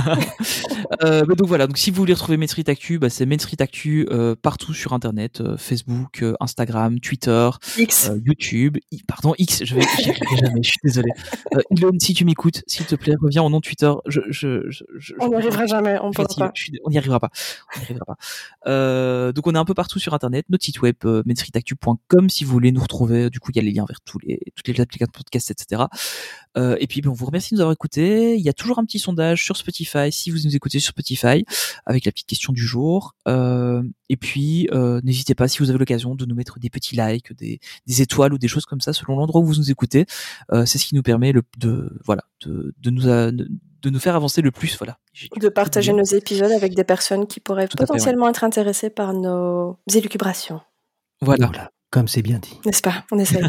euh, bah donc voilà, donc si vous voulez retrouver Main Street Actu, bah, c'est Main Street Actu euh, partout sur internet, euh, Facebook, euh, Instagram, Twitter, X. euh, YouTube, I- pardon X, je vais j'y arriverai jamais, je suis désolé. Euh, Elon, si tu m'écoutes, s'il te plaît, reviens au nom de Twitter. Je, je, je, je- On n'y arrivera jamais, on je- pourra je- pas. je suis- on n'y arrivera pas. On n'y arrivera pas. Euh, donc on est un peu partout sur internet, notre site web euh, main street actu point com si vous voulez nous retrouver. Du coup, il y a les liens vers tous les toutes les applications de podcast, et cetera. Euh, et puis, ben, on vous remercie de nous avoir écoutés. Il y a toujours un petit sondage sur Spotify, si vous nous écoutez sur Spotify, avec la petite question du jour. Euh, et puis, euh, n'hésitez pas, si vous avez l'occasion, de nous mettre des petits likes, des, des étoiles ou des choses comme ça, selon l'endroit où vous nous écoutez. Euh, c'est ce qui nous permet le, de, voilà, de, de nous, a- de, de nous faire avancer le plus. Voilà. J'ai- De partager nos épisodes avec des personnes qui pourraient Tout à fait, potentiellement être intéressées par nos élucubrations. Voilà. Voilà, comme c'est bien dit. N'est-ce pas? On essaye.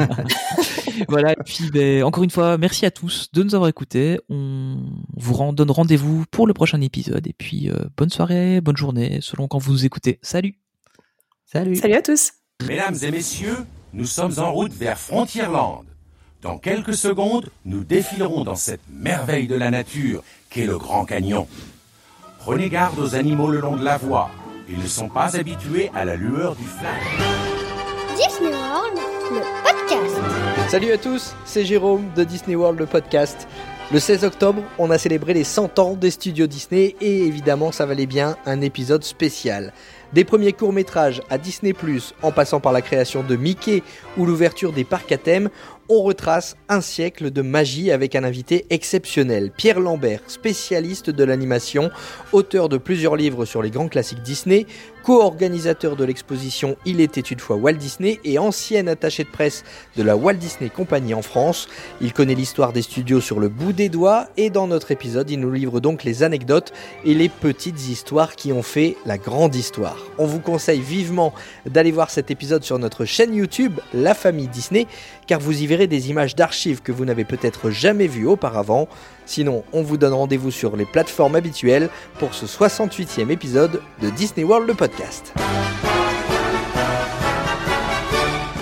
Voilà, et puis ben, encore une fois, merci à tous de nous avoir écoutés. On vous rend- donne rendez-vous pour le prochain épisode. Et puis, euh, bonne soirée, bonne journée, selon quand vous nous écoutez. Salut! Salut. Salut à tous. Mesdames et messieurs, nous sommes en route vers Frontierland. Dans quelques secondes, nous défilerons dans cette merveille de la nature qu'est le Grand Canyon. Prenez garde aux animaux le long de la voie. Ils ne sont pas habitués à la lueur du flash. Disney World, le podcast. Salut à tous, c'est Jérôme de Disney World, le podcast. Le seize octobre, on a célébré les cent ans des studios Disney et évidemment ça valait bien un épisode spécial. Des premiers courts-métrages à Disney plus, en passant par la création de Mickey ou l'ouverture des parcs à thème, on retrace un siècle de magie avec un invité exceptionnel, Pierre Lambert, spécialiste de l'animation, auteur de plusieurs livres sur les grands classiques Disney, co-organisateur de l'exposition Il était une fois Walt Disney et ancien attaché de presse de la Walt Disney Company en France. Il connaît l'histoire des studios sur le bout des doigts et dans notre épisode, il nous livre donc les anecdotes et les petites histoires qui ont fait la grande histoire. On vous conseille vivement d'aller voir cet épisode sur notre chaîne YouTube, La Famille Disney, car vous y verrez des images d'archives que vous n'avez peut-être jamais vues auparavant. Sinon, on vous donne rendez-vous sur les plateformes habituelles pour ce soixante-huitième épisode de Disney World le podcast.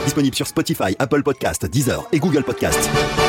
Disponible sur Spotify, Apple Podcasts, Deezer et Google Podcasts.